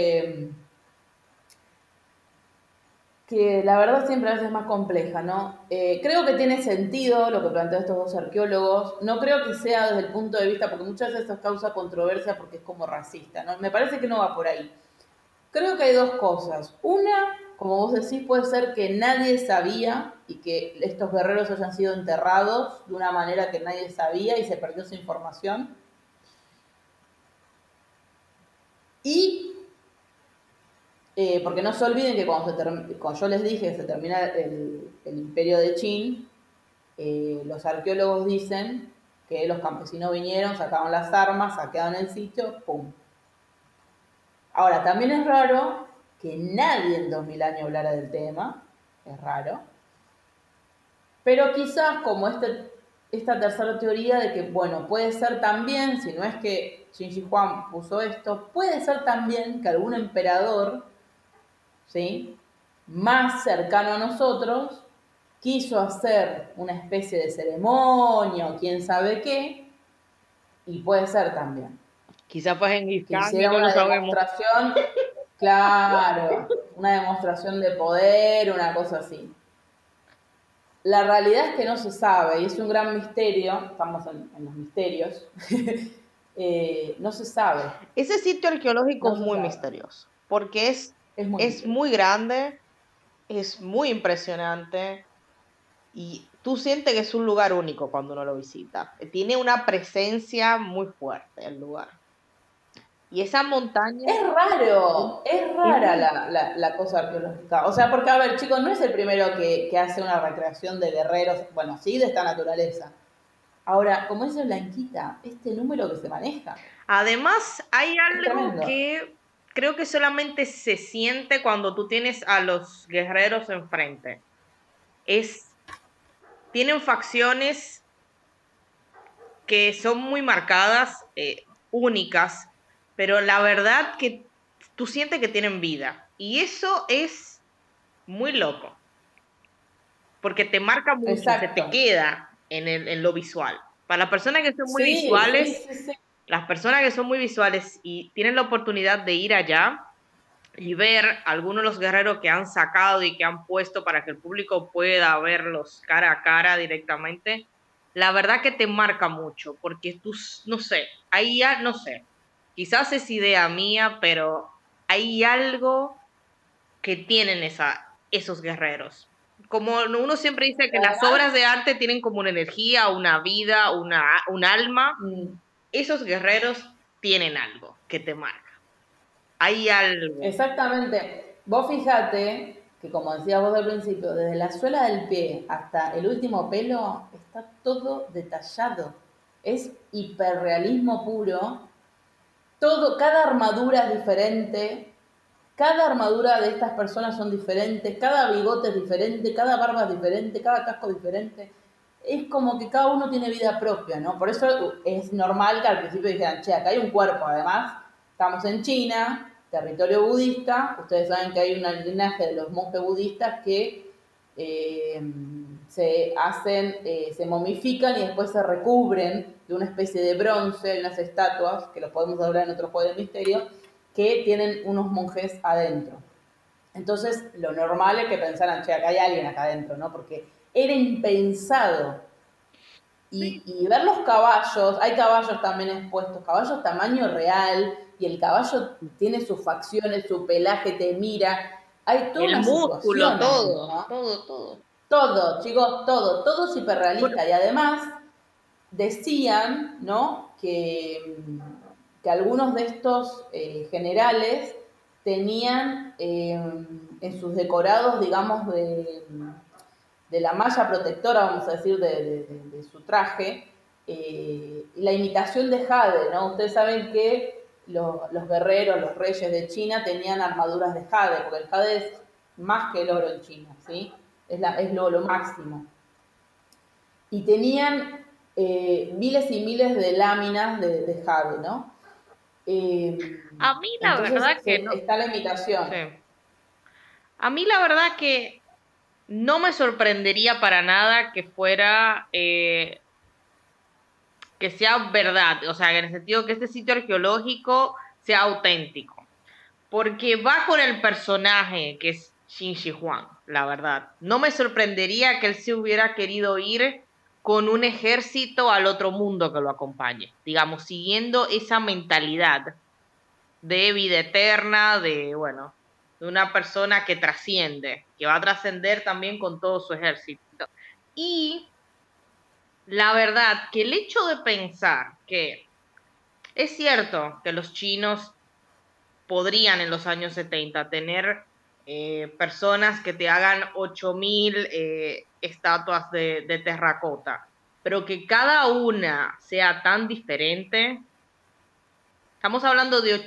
que la verdad siempre a veces es más compleja, ¿no? Creo que tiene sentido lo que plantean estos dos arqueólogos. No creo que sea desde el punto de vista, porque muchas veces esto causa controversia porque es como racista, ¿no? Me parece que no va por ahí. Creo que hay dos cosas. Una, como vos decís, puede ser que nadie sabía y que estos guerreros hayan sido enterrados de una manera que nadie sabía y se perdió esa información. Y porque no se olviden que cuando yo les dije que se termina el imperio de Qin, los arqueólogos dicen que los campesinos vinieron, sacaron las armas, saquearon el sitio, ¡pum! Ahora, también es raro que nadie en 2000 años hablara del tema, es raro, pero quizás como esta tercera teoría de que, bueno, puede ser también, si no es que Shinji Huang puso esto, puede ser también que algún emperador, ¿sí?, más cercano a nosotros, quiso hacer una especie de ceremonia o quién sabe qué, y puede ser también Quizás fue en que Khan y hiciera no lo una sabemos. demostración, claro, una demostración de poder, una cosa así. La realidad es que no se sabe y es un gran misterio, estamos en los misterios, no se sabe, Ese sitio arqueológico no es se muy sabe, misterioso, porque es muy es misterioso. muy grande, es muy impresionante y tú sientes que es un lugar único cuando uno lo visita. Tiene una presencia muy fuerte el lugar. Y esa montaña es, Es es rara muy... la cosa arqueológica. O sea, porque, a ver, chicos, no es el primero que hace una recreación de guerreros, bueno, sí, de esta naturaleza. Ahora, como dice Blanquita, este número que se maneja Además, hay es algo tremendo. que creo que solamente se siente cuando tú tienes a los guerreros enfrente. Es, tienen facciones que son muy marcadas, únicas, pero la verdad que tú sientes que tienen vida. Y eso es muy loco, porque te marca mucho, se Exacto. te queda en lo visual. Para las personas que son muy Sí, sí, visuales, sí, sí. las personas que son muy visuales y tienen la oportunidad de ir allá y ver algunos de los guerreros que han sacado y que han puesto para que el público pueda verlos cara a cara directamente, la verdad que te marca mucho, porque tú, no sé, ahí ya, no sé, quizás es idea mía, pero hay algo que tienen esos guerreros. Como uno siempre dice que Pero las además, obras de arte tienen como una energía, una vida, un alma, mm, esos guerreros tienen algo que te marca. Hay algo. exactamente. Vos fijate que como decías vos al principio, desde la suela del pie hasta el último pelo, está todo detallado. Es hiperrealismo puro. Todo, cada armadura es diferente, cada armadura de estas personas son diferentes, cada bigote es diferente, cada barba es diferente, cada casco es diferente. Es como que cada uno tiene vida propia, ¿no? Por eso es normal que al principio dijeran, che, acá hay un cuerpo, además, estamos en China, territorio budista, ustedes saben que hay un linaje de los monjes budistas que eh, se hacen, se momifican y después se recubren de una especie de bronce, hay unas estatuas, que lo podemos hablar en otro juego de misterio, que tienen unos monjes adentro. Entonces, lo normal es que pensaran, che, acá hay alguien acá adentro, ¿no? Porque era impensado. Sí, Y ver los caballos, hay caballos también expuestos, caballos tamaño real, y el caballo tiene sus facciones, su pelaje te mira. Hay toda el una músculo, situación ahí, todo, ¿no? todo, todo. Todo, chicos, todo es Por- hiperrealista. Y además decían, ¿no? Que algunos de estos generales tenían en sus decorados, digamos, de la malla protectora, vamos a decir, de su traje, la imitación de jade, ¿no? Ustedes saben que los guerreros, los reyes de China tenían armaduras de jade, porque el jade es más que el oro en China, ¿sí? Es lo máximo. Y tenían miles y miles de láminas de jade, ¿no? Eh, a mí la entonces verdad que no, está la imitación. sí. A mí la verdad que no me sorprendería para nada que fuera, que sea verdad, o sea, en el sentido que este sitio arqueológico sea auténtico, porque va con el personaje que es Xin Shi Huang, la verdad. No me sorprendería que él se hubiera querido ir con un ejército al otro mundo que lo acompañe, digamos, siguiendo esa mentalidad de vida eterna, de, bueno, de una persona que trasciende, que va a trascender también con todo su ejército. Y la verdad que el hecho de pensar que es cierto que los chinos podrían en los años 70 tener personas que te hagan 8.000 estatuas de terracota, pero que cada una sea tan diferente. Estamos hablando de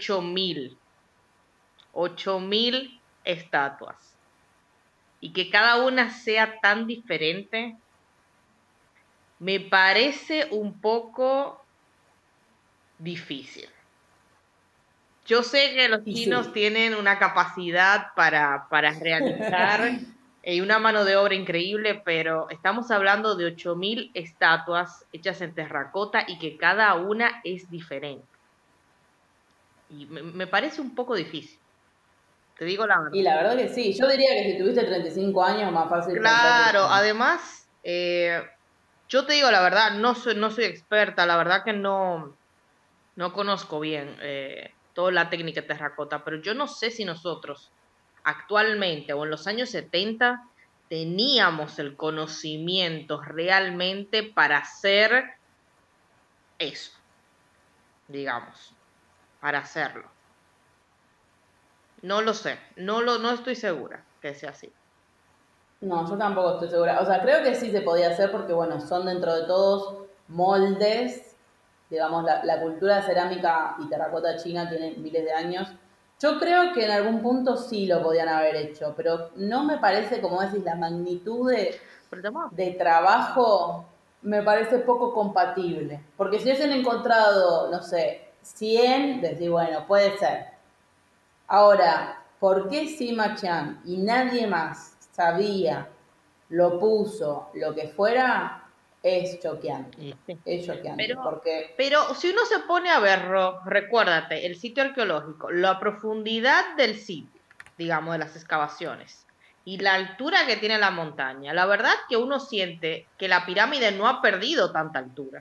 8.000 estatuas y que cada una sea tan diferente, me parece un poco difícil. Yo sé que los Y chinos sí, tienen una capacidad para realizar una mano de obra increíble, pero estamos hablando de 8.000 estatuas hechas en terracota y que cada una es diferente. Y me parece un poco difícil, te digo la y verdad. la verdad que sí. Yo diría que si tuviste 35 años, más fácil pensar que Claro, sí. además, yo te digo la verdad, no soy experta, la verdad que no conozco bien toda la técnica de terracota, pero yo no sé si nosotros actualmente o en los años 70 teníamos el conocimiento realmente para hacer eso, digamos, para hacerlo. No lo sé, no estoy segura que sea así. No, yo tampoco estoy segura. O sea, creo que sí se podía hacer porque, bueno, son dentro de todos moldes. Digamos, la cultura de cerámica y terracota china tiene miles de años. Yo creo que en algún punto sí lo podían haber hecho, pero no me parece, como decís, la magnitud Pero además, de trabajo me parece poco compatible. Porque si hubiesen encontrado, no sé, 100, decir, bueno, puede ser. Ahora, ¿por qué Sima Chan y nadie más sabía, lo puso, lo que fuera? Es choqueante. y sí. Es choqueante. Pero, Porque, pero si uno se pone a verlo, recuérdate, el sitio arqueológico, la profundidad del sitio, digamos, de las excavaciones, y la altura que tiene la montaña, la verdad que uno siente que la pirámide no ha perdido tanta altura.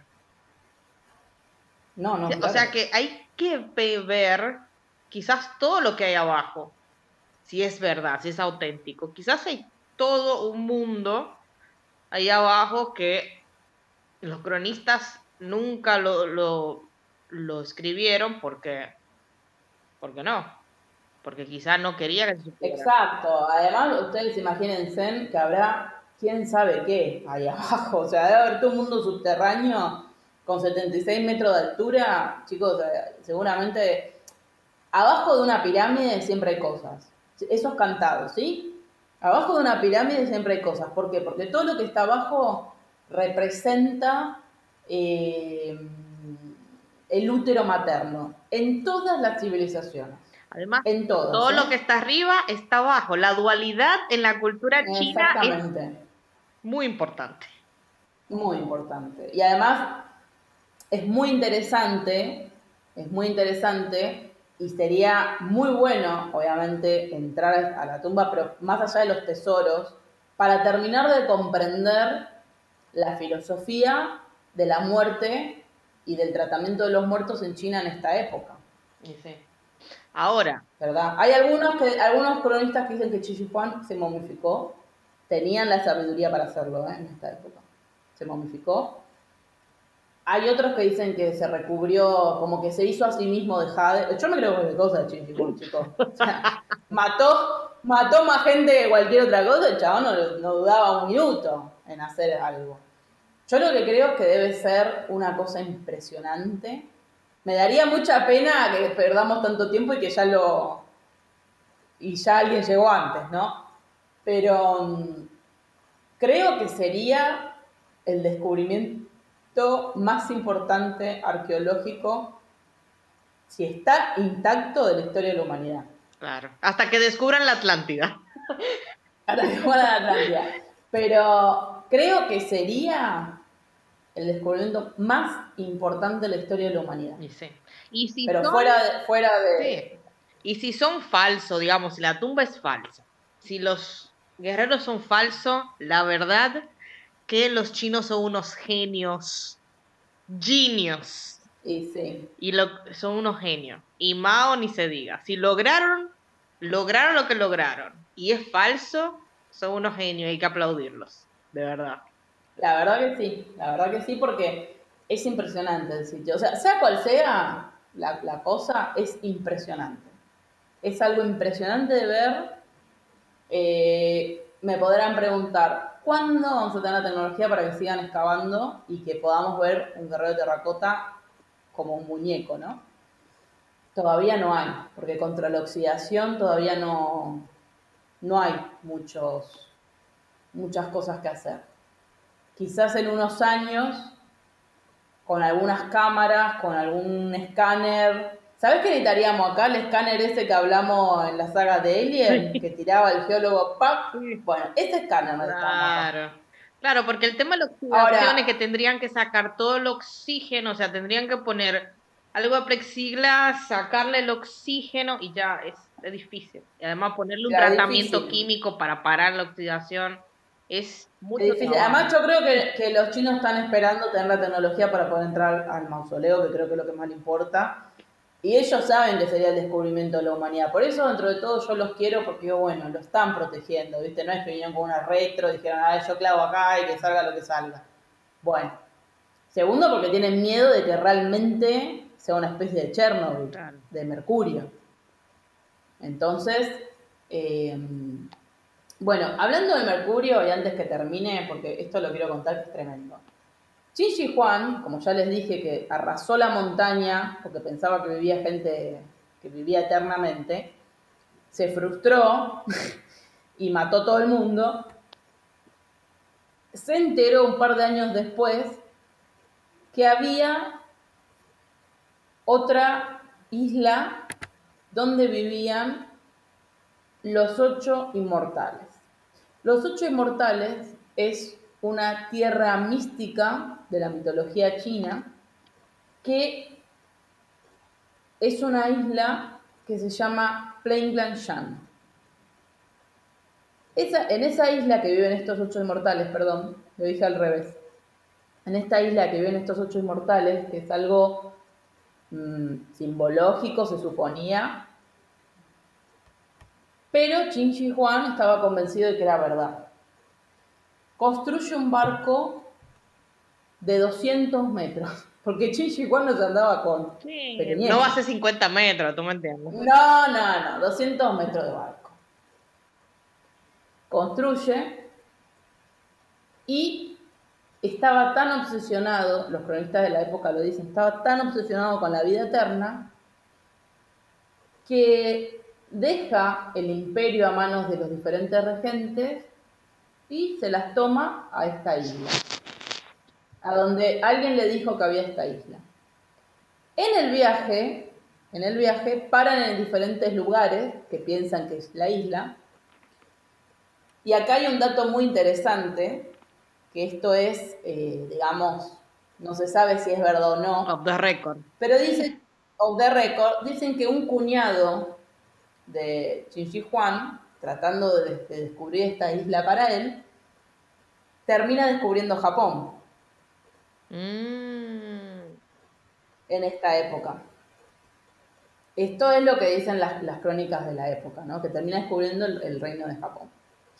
no, no, O sea claro. que hay que ver quizás todo lo que hay abajo, si es verdad, si es auténtico. Quizás hay todo un mundo ahí abajo que los cronistas nunca lo escribieron porque no, porque quizás no quería que se supiera. Exacto. Además, ustedes imagínense que habrá quién sabe qué ahí abajo. O sea, debe haber todo un mundo subterráneo con 76 metros de altura. Chicos, seguramente abajo de una pirámide siempre hay cosas. Eso es cantado, ¿sí? Abajo de una pirámide siempre hay cosas. ¿Por qué? Porque todo lo que está abajo representa eh, el útero materno en todas las civilizaciones. Además, En todas, todo lo que ¿eh? está arriba está abajo. La dualidad en la cultura china es Exactamente. muy importante. Muy importante. Y además es muy interesante y sería muy bueno, obviamente, entrar a la tumba, pero más allá de los tesoros, para terminar de comprender la filosofía de la muerte y del tratamiento de los muertos en China en esta época, Y sí. Ahora, ¿verdad? Hay algunos cronistas que dicen que Chi Huang se momificó, tenían la sabiduría para hacerlo, en esta época. Se momificó. Hay otros que dicen que se recubrió, como que se hizo a sí mismo de jade. Yo me creo cualquier cosa de Chi Huang, chicos. O sea, mató más gente que cualquier otra cosa, el chabón no dudaba un minuto en hacer algo. Yo lo que creo es que debe ser una cosa impresionante. Me daría mucha pena que perdamos tanto tiempo y que ya alguien llegó antes, ¿no? Pero creo que sería el descubrimiento más importante arqueológico, si está intacto, de la historia de la humanidad. claro, hasta que descubran la Atlántida. Ahora que fuera la Atlántida. Pero creo que sería el descubrimiento más importante de la historia de la humanidad. Y sí. Y si Pero son, fuera sí. de. Y si son falsos, digamos, si la tumba es falsa, si los guerreros son falsos, la verdad que los chinos son unos genios, genios, Y sí, y son unos genios. Y Mao ni se diga. Si lograron lo que lograron, y es falso, son unos genios, hay que aplaudirlos, de verdad. la verdad que sí, porque es impresionante el sitio. O sea cual sea la cosa, es impresionante. Es algo impresionante de ver. Me podrán preguntar, ¿cuándo vamos a tener la tecnología para que sigan excavando y que podamos ver un guerrero de terracota como un muñeco, ¿no? Todavía no hay, porque contra la oxidación todavía no hay muchas cosas que hacer. Quizás en unos años, con algunas cámaras, con algún escáner. ¿Sabés qué necesitaríamos acá? El escáner ese que hablamos en la saga de Alien, que tiraba el geólogo ¡pac! Sí. Bueno, ese escáner necesitamos acá. Claro, claro, porque el tema de la oxidación es que Ahora, tendrían que sacar todo el oxígeno, o sea, tendrían que poner algo de plexiglas, sacarle el oxígeno y ya es difícil. Y además ponerle un ya es tratamiento difícil. químico para parar la oxidación es Es mucho difícil. trabajo. Además, yo creo que los chinos están esperando tener la tecnología para poder entrar al mausoleo, que creo que es lo que más le importa. Y ellos saben que sería el descubrimiento de la humanidad. Por eso, dentro de todo, yo los quiero porque, bueno, lo están protegiendo, ¿viste? No es que vinieron con una retro, dijeron, yo clavo acá y que salga lo que salga. Bueno. Segundo, porque tienen miedo de que realmente sea una especie de Chernobyl, Claro. de mercurio. Entonces, eh, bueno, hablando de mercurio, y antes que termine, porque esto lo quiero contar que es tremendo. Qin Shi Huang, como ya les dije, que arrasó la montaña porque pensaba que vivía gente que vivía eternamente, se frustró y mató a todo el mundo. Se enteró un par de años después que había otra isla donde vivían los ocho inmortales. Los ocho inmortales es una tierra mística de la mitología china que es una isla que se llama Plainlanshan. En esa isla que viven estos ocho inmortales, perdón, lo dije al revés, en esta isla que viven estos ocho inmortales, que es algo simbológico, se suponía, pero Qin Shi Huang estaba convencido de que era verdad. Construye un barco de 200 metros, Porque Qin Shi Huang no se andaba con Sí, no va a pequeñeces. ser 50 metros, ¿tú me entiendes? No, no, no, 200 metros de barco. Construye y estaba tan obsesionado, los cronistas de la época lo dicen, estaba tan obsesionado con la vida eterna que deja el imperio a manos de los diferentes regentes y se las toma a esta isla, a donde alguien le dijo que había esta isla. En el viaje paran en diferentes lugares que piensan que es la isla. Y acá hay un dato muy interesante, que esto es, digamos, no se sabe si es verdad o no, Off the record. pero dicen, of the record, dicen que un cuñado de Qin Shi Huang, tratando de descubrir esta isla para él, termina descubriendo Japón Mm. en esta época. Esto es lo que dicen las crónicas de la época, ¿no? Que termina descubriendo el reino de Japón.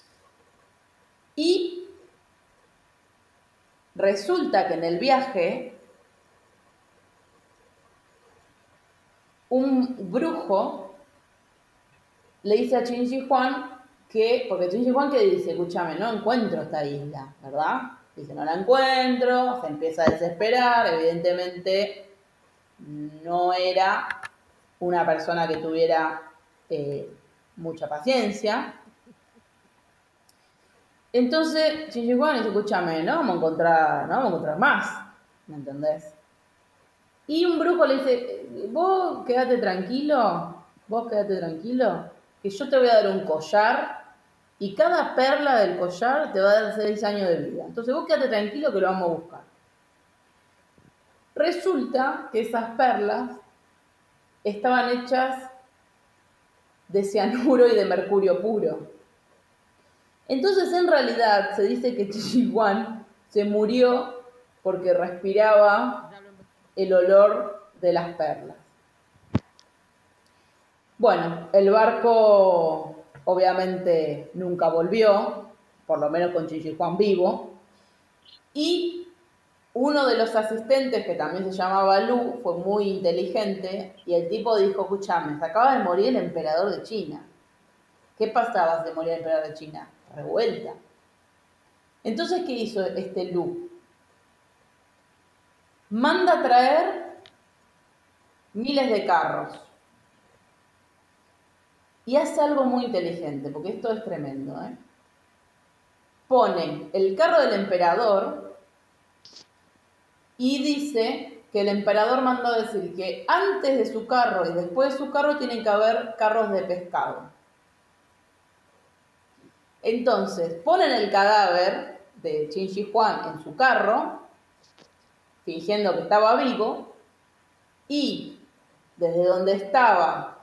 Y resulta que en el viaje, un brujo le dice a Qin Shi Huang que, porque Qin Shi Huang que dice, escúchame, no encuentro esta isla, ¿verdad? Dice, no la encuentro, se empieza a desesperar, evidentemente no era una persona que tuviera mucha paciencia. Entonces Qin Shi Huang dice, escúchame, no vamos a encontrar más, ¿me entendés? Y un brujo le dice, vos quédate tranquilo, que yo te voy a dar un collar y cada perla del collar te va a dar 6 años de vida. Entonces vos quédate tranquilo que lo vamos a buscar. Resulta que esas perlas estaban hechas de cianuro y de mercurio puro. Entonces en realidad se dice que Qin Huang se murió porque respiraba el olor de las perlas. Bueno, el barco obviamente nunca volvió, por lo menos con Qin Shi Huang vivo, y uno de los asistentes, que también se llamaba Lu, fue muy inteligente y el tipo dijo, escúchame, se acaba de morir el emperador de China. ¿Qué pasaba si moría el emperador de China? Revuelta. Entonces, ¿qué hizo este Lu? Manda a traer miles de carros y hace algo muy inteligente, porque esto es tremendo, ¿eh? Pone el carro del emperador y dice que el emperador mandó a decir que antes de su carro y después de su carro tienen que haber carros de pescado. Entonces, ponen el cadáver de Qin Shi Huang en su carro, fingiendo que estaba vivo, y desde donde estaba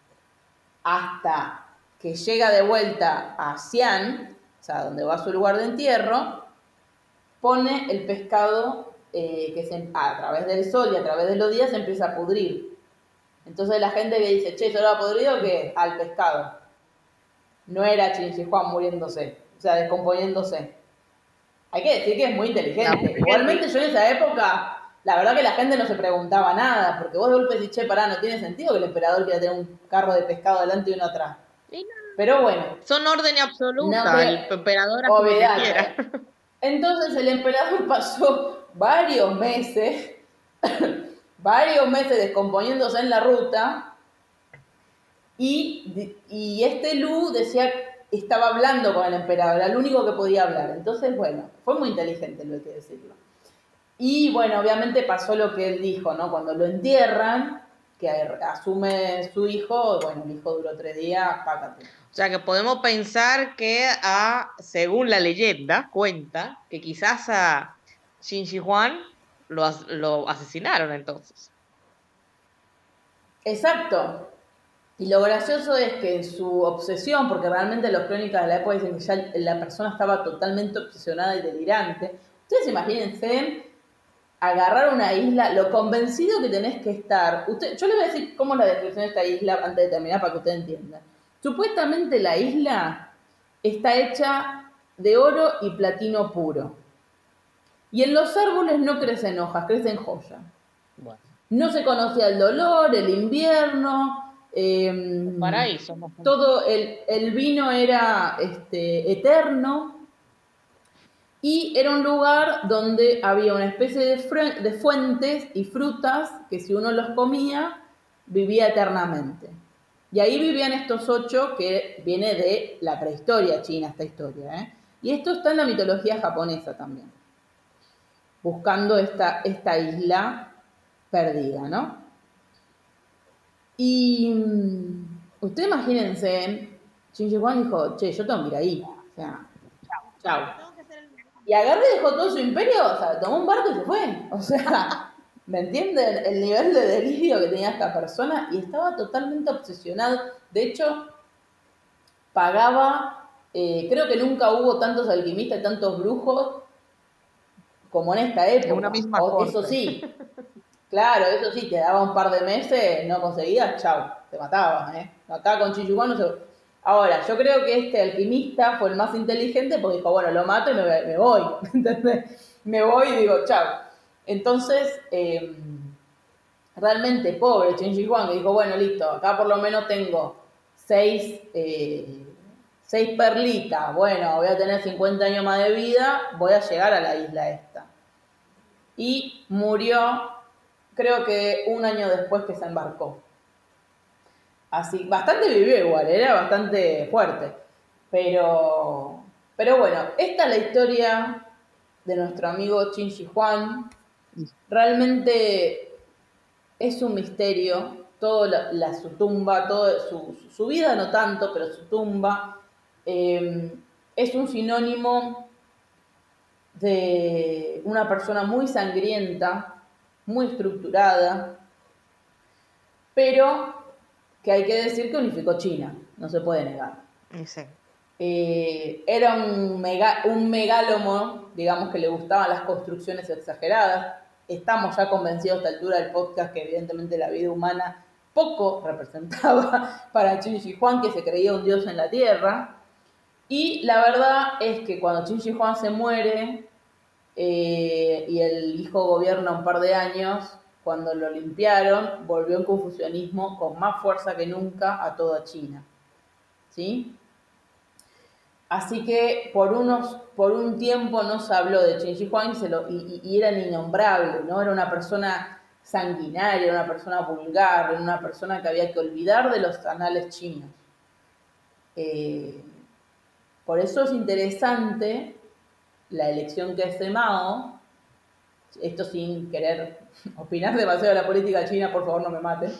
hasta que llega de vuelta a Xi'an, o sea, donde va a su lugar de entierro, pone el pescado a través del sol y a través de los días se empieza a pudrir. Entonces la gente que dice, che, ¿se lo ha podrido qué? Al pescado. No era Qin Shi Huang muriéndose, o sea, descomponiéndose. Hay que decir que es muy La inteligente. muerte. Igualmente yo en esa época, la verdad que la gente no se preguntaba nada, porque vos de golpe decís, che, pará, no tiene sentido que el emperador quiera tener un carro de pescado delante y uno atrás. Y no, Pero bueno, son órdenes no absolutas, creo, el emperador hace lo que quiera. olvidate. Entonces el emperador pasó varios meses descomponiéndose en la ruta y este Lu decía, estaba hablando con el emperador, era el único que podía hablar. Entonces, bueno, fue muy inteligente, lo hay que decirlo. Y bueno, obviamente pasó lo que él dijo, ¿no? Cuando lo entierran, que asume su hijo, bueno, el hijo duró 3 días, págate. O sea que podemos pensar que según la leyenda, cuenta que quizás a Qin Shi Huang lo asesinaron entonces. Exacto. Y lo gracioso es que en su obsesión, porque realmente los crónicas de la época dicen que ya la persona estaba totalmente obsesionada y delirante. Ustedes imagínense agarrar una isla, lo convencido que tenés que estar. Yo les voy a decir cómo es la descripción de esta isla antes de terminar para que ustedes entiendan. Supuestamente la isla está hecha de oro y platino puro. Y en los árboles no crecen hojas, crecen joyas. Bueno, No se conocía el dolor, el invierno, el paraíso, más o menos. todo el vino era eterno y era un lugar donde había una especie de fuentes y frutas que si uno los comía, vivía eternamente. Y ahí vivían estos 8 que viene de la prehistoria china, esta historia. Y esto está en la mitología japonesa también, buscando esta isla perdida, ¿no? Y ustedes imagínense, Shinji Huang dijo, che, yo tengo que ir ahí. O sea, chao. Yo tengo que hacer el... Y agarré y dejó todo su imperio, o sea, tomó un barco y se fue. O sea, ¿me entienden? El nivel de delirio que tenía esta persona y estaba totalmente obsesionado. De hecho, pagaba, creo que nunca hubo tantos alquimistas y tantos brujos como en esta En una época. misma Eso corte. sí, claro, eso sí, te daba un par de meses, no conseguías, chau, te matabas, ¿eh? Acá con Chichuán no se... Ahora, yo creo que este alquimista fue el más inteligente porque dijo, bueno, lo mato y me voy, ¿entendés? Me voy y digo, chau. Entonces, realmente pobre Shinji Huang que dijo, bueno, listo, acá por lo menos tengo 6 perlitas, bueno, voy a tener 50 años más de vida, voy a llegar a la isla esta. Y murió, creo que un año después que se embarcó. Así, bastante vivió igual, era bastante fuerte. Pero bueno, esta es la historia de nuestro amigo Shinji Huang. Realmente es un misterio, su tumba, todo su vida no tanto, pero su tumba es un sinónimo de una persona muy sangrienta, muy estructurada, pero que hay que decir que unificó China, no se puede negar. Sí. Era un megalomo, digamos que le gustaban las construcciones exageradas. Estamos ya convencidos a esta altura del podcast que evidentemente la vida humana poco representaba para Shinji Huang, que se creía un dios en la tierra. Y la verdad es que cuando Shinji Huang se muere, y el hijo gobierna un par de años, cuando lo limpiaron, volvió el confucianismo con más fuerza que nunca a toda China. ¿Sí? Así que por un tiempo no se habló de Shinji Huang y eran innombrables, ¿no? Era una persona sanguinaria, era una persona vulgar, era una persona que había que olvidar de los anales chinos. Por eso es interesante la elección que hace Mao, esto sin querer opinar demasiado de la política china, por favor no me maten.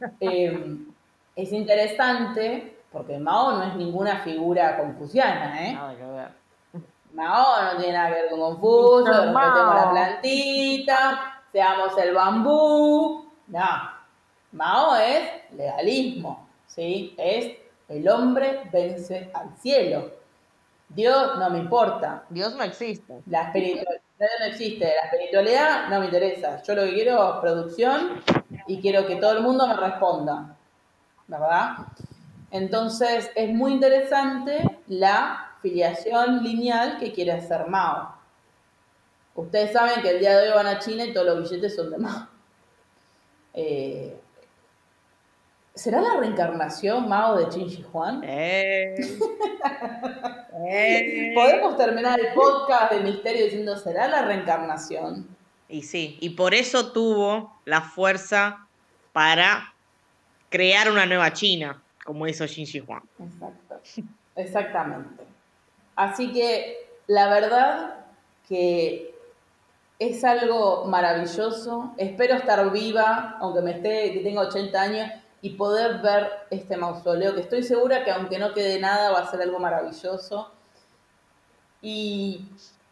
Es interesante porque Mao no es ninguna figura confuciana, ¿eh? Nada que ver. Mao no tiene nada que ver con Confucio, Mr. respetemos la Mao. plantita, seamos el bambú. No, Mao es legalismo, ¿sí? Es el hombre vence al cielo. Dios no me importa. Dios no existe. La espiritualidad no existe, la espiritualidad no me interesa. Yo lo que quiero es producción y quiero que todo el mundo me responda, ¿verdad? Entonces es muy interesante la filiación lineal que quiere hacer Mao. Ustedes saben que el día de hoy van a China y todos los billetes son de Mao. Eh, ¿Será la reencarnación Mao de Shinji Huang? Podemos terminar el podcast de misterio diciendo, ¿será la reencarnación? Y sí, y por eso tuvo la fuerza para crear una nueva China, como hizo Shinji Huang. Exacto, exactamente. Así que la verdad que es algo maravilloso. Espero estar viva, aunque que tenga 80 años, y poder ver este mausoleo, que estoy segura que aunque no quede nada, va a ser algo maravilloso. Y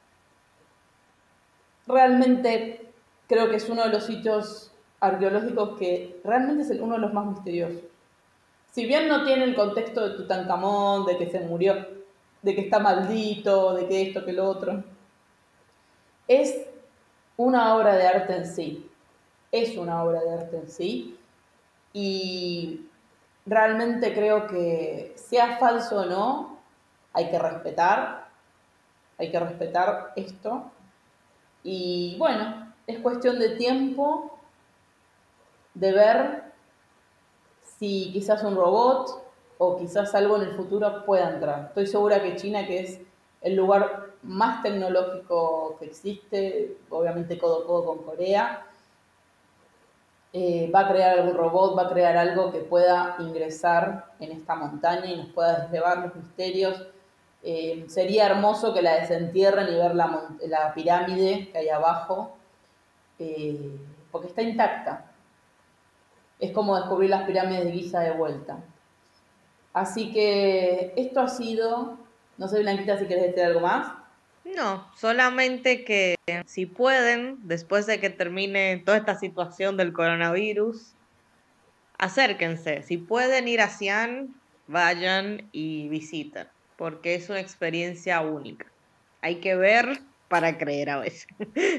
realmente creo que es uno de los sitios arqueológicos que realmente es uno de los más misteriosos. Si bien no tiene el contexto de Tutankamón, de que se murió, de que está maldito, de que esto, que lo otro, es una obra de arte en sí. Es una obra de arte en sí. Y realmente creo que sea falso o no, hay que respetar esto. Y bueno, es cuestión de tiempo de ver si quizás un robot o quizás algo en el futuro pueda entrar. Estoy segura que China, que es el lugar más tecnológico que existe, obviamente codo a codo con Corea, va a crear algún robot, va a crear algo que pueda ingresar en esta montaña y nos pueda desvelar los misterios. Sería hermoso que la desentierren y ver la pirámide que hay abajo, porque está intacta. Es como descubrir las pirámides de Giza de vuelta. Así que esto ha sido, no sé, Blanquita, si querés decir algo más. No, solamente que si pueden, después de que termine toda esta situación del coronavirus, acérquense. Si pueden ir a Xi'an, vayan y visiten, porque es una experiencia única. Hay que ver para creer a veces.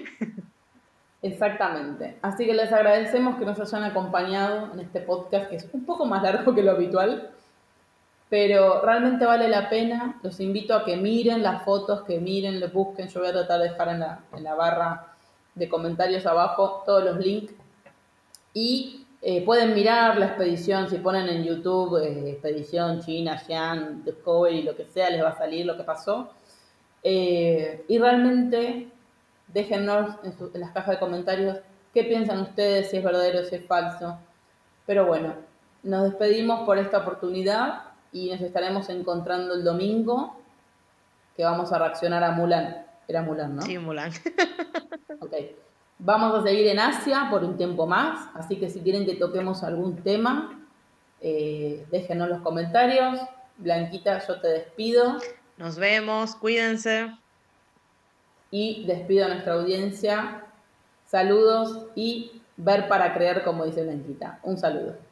Exactamente. Así que les agradecemos que nos hayan acompañado en este podcast, que es un poco más largo que lo habitual, pero realmente vale la pena. Los invito a que miren las fotos, que miren, les busquen. Yo voy a tratar de dejar en la barra de comentarios abajo todos los links. Y pueden mirar la expedición, si ponen en YouTube expedición China, Xi'an, Discovery, lo que sea, les va a salir lo que pasó. Y realmente déjennos en las cajas de comentarios qué piensan ustedes, si es verdadero, si es falso. Pero bueno, nos despedimos por esta oportunidad y nos estaremos encontrando el domingo, que vamos a reaccionar a Mulan. Era Mulan, Sí, ¿no? Mulan. Ok. Vamos a seguir en Asia por un tiempo más, así que si quieren que toquemos algún tema, déjenos en los comentarios. Blanquita, yo te despido Nos vemos, cuídense. y despido a nuestra audiencia. Saludos y ver para creer, como dice Blanquita. Un saludo.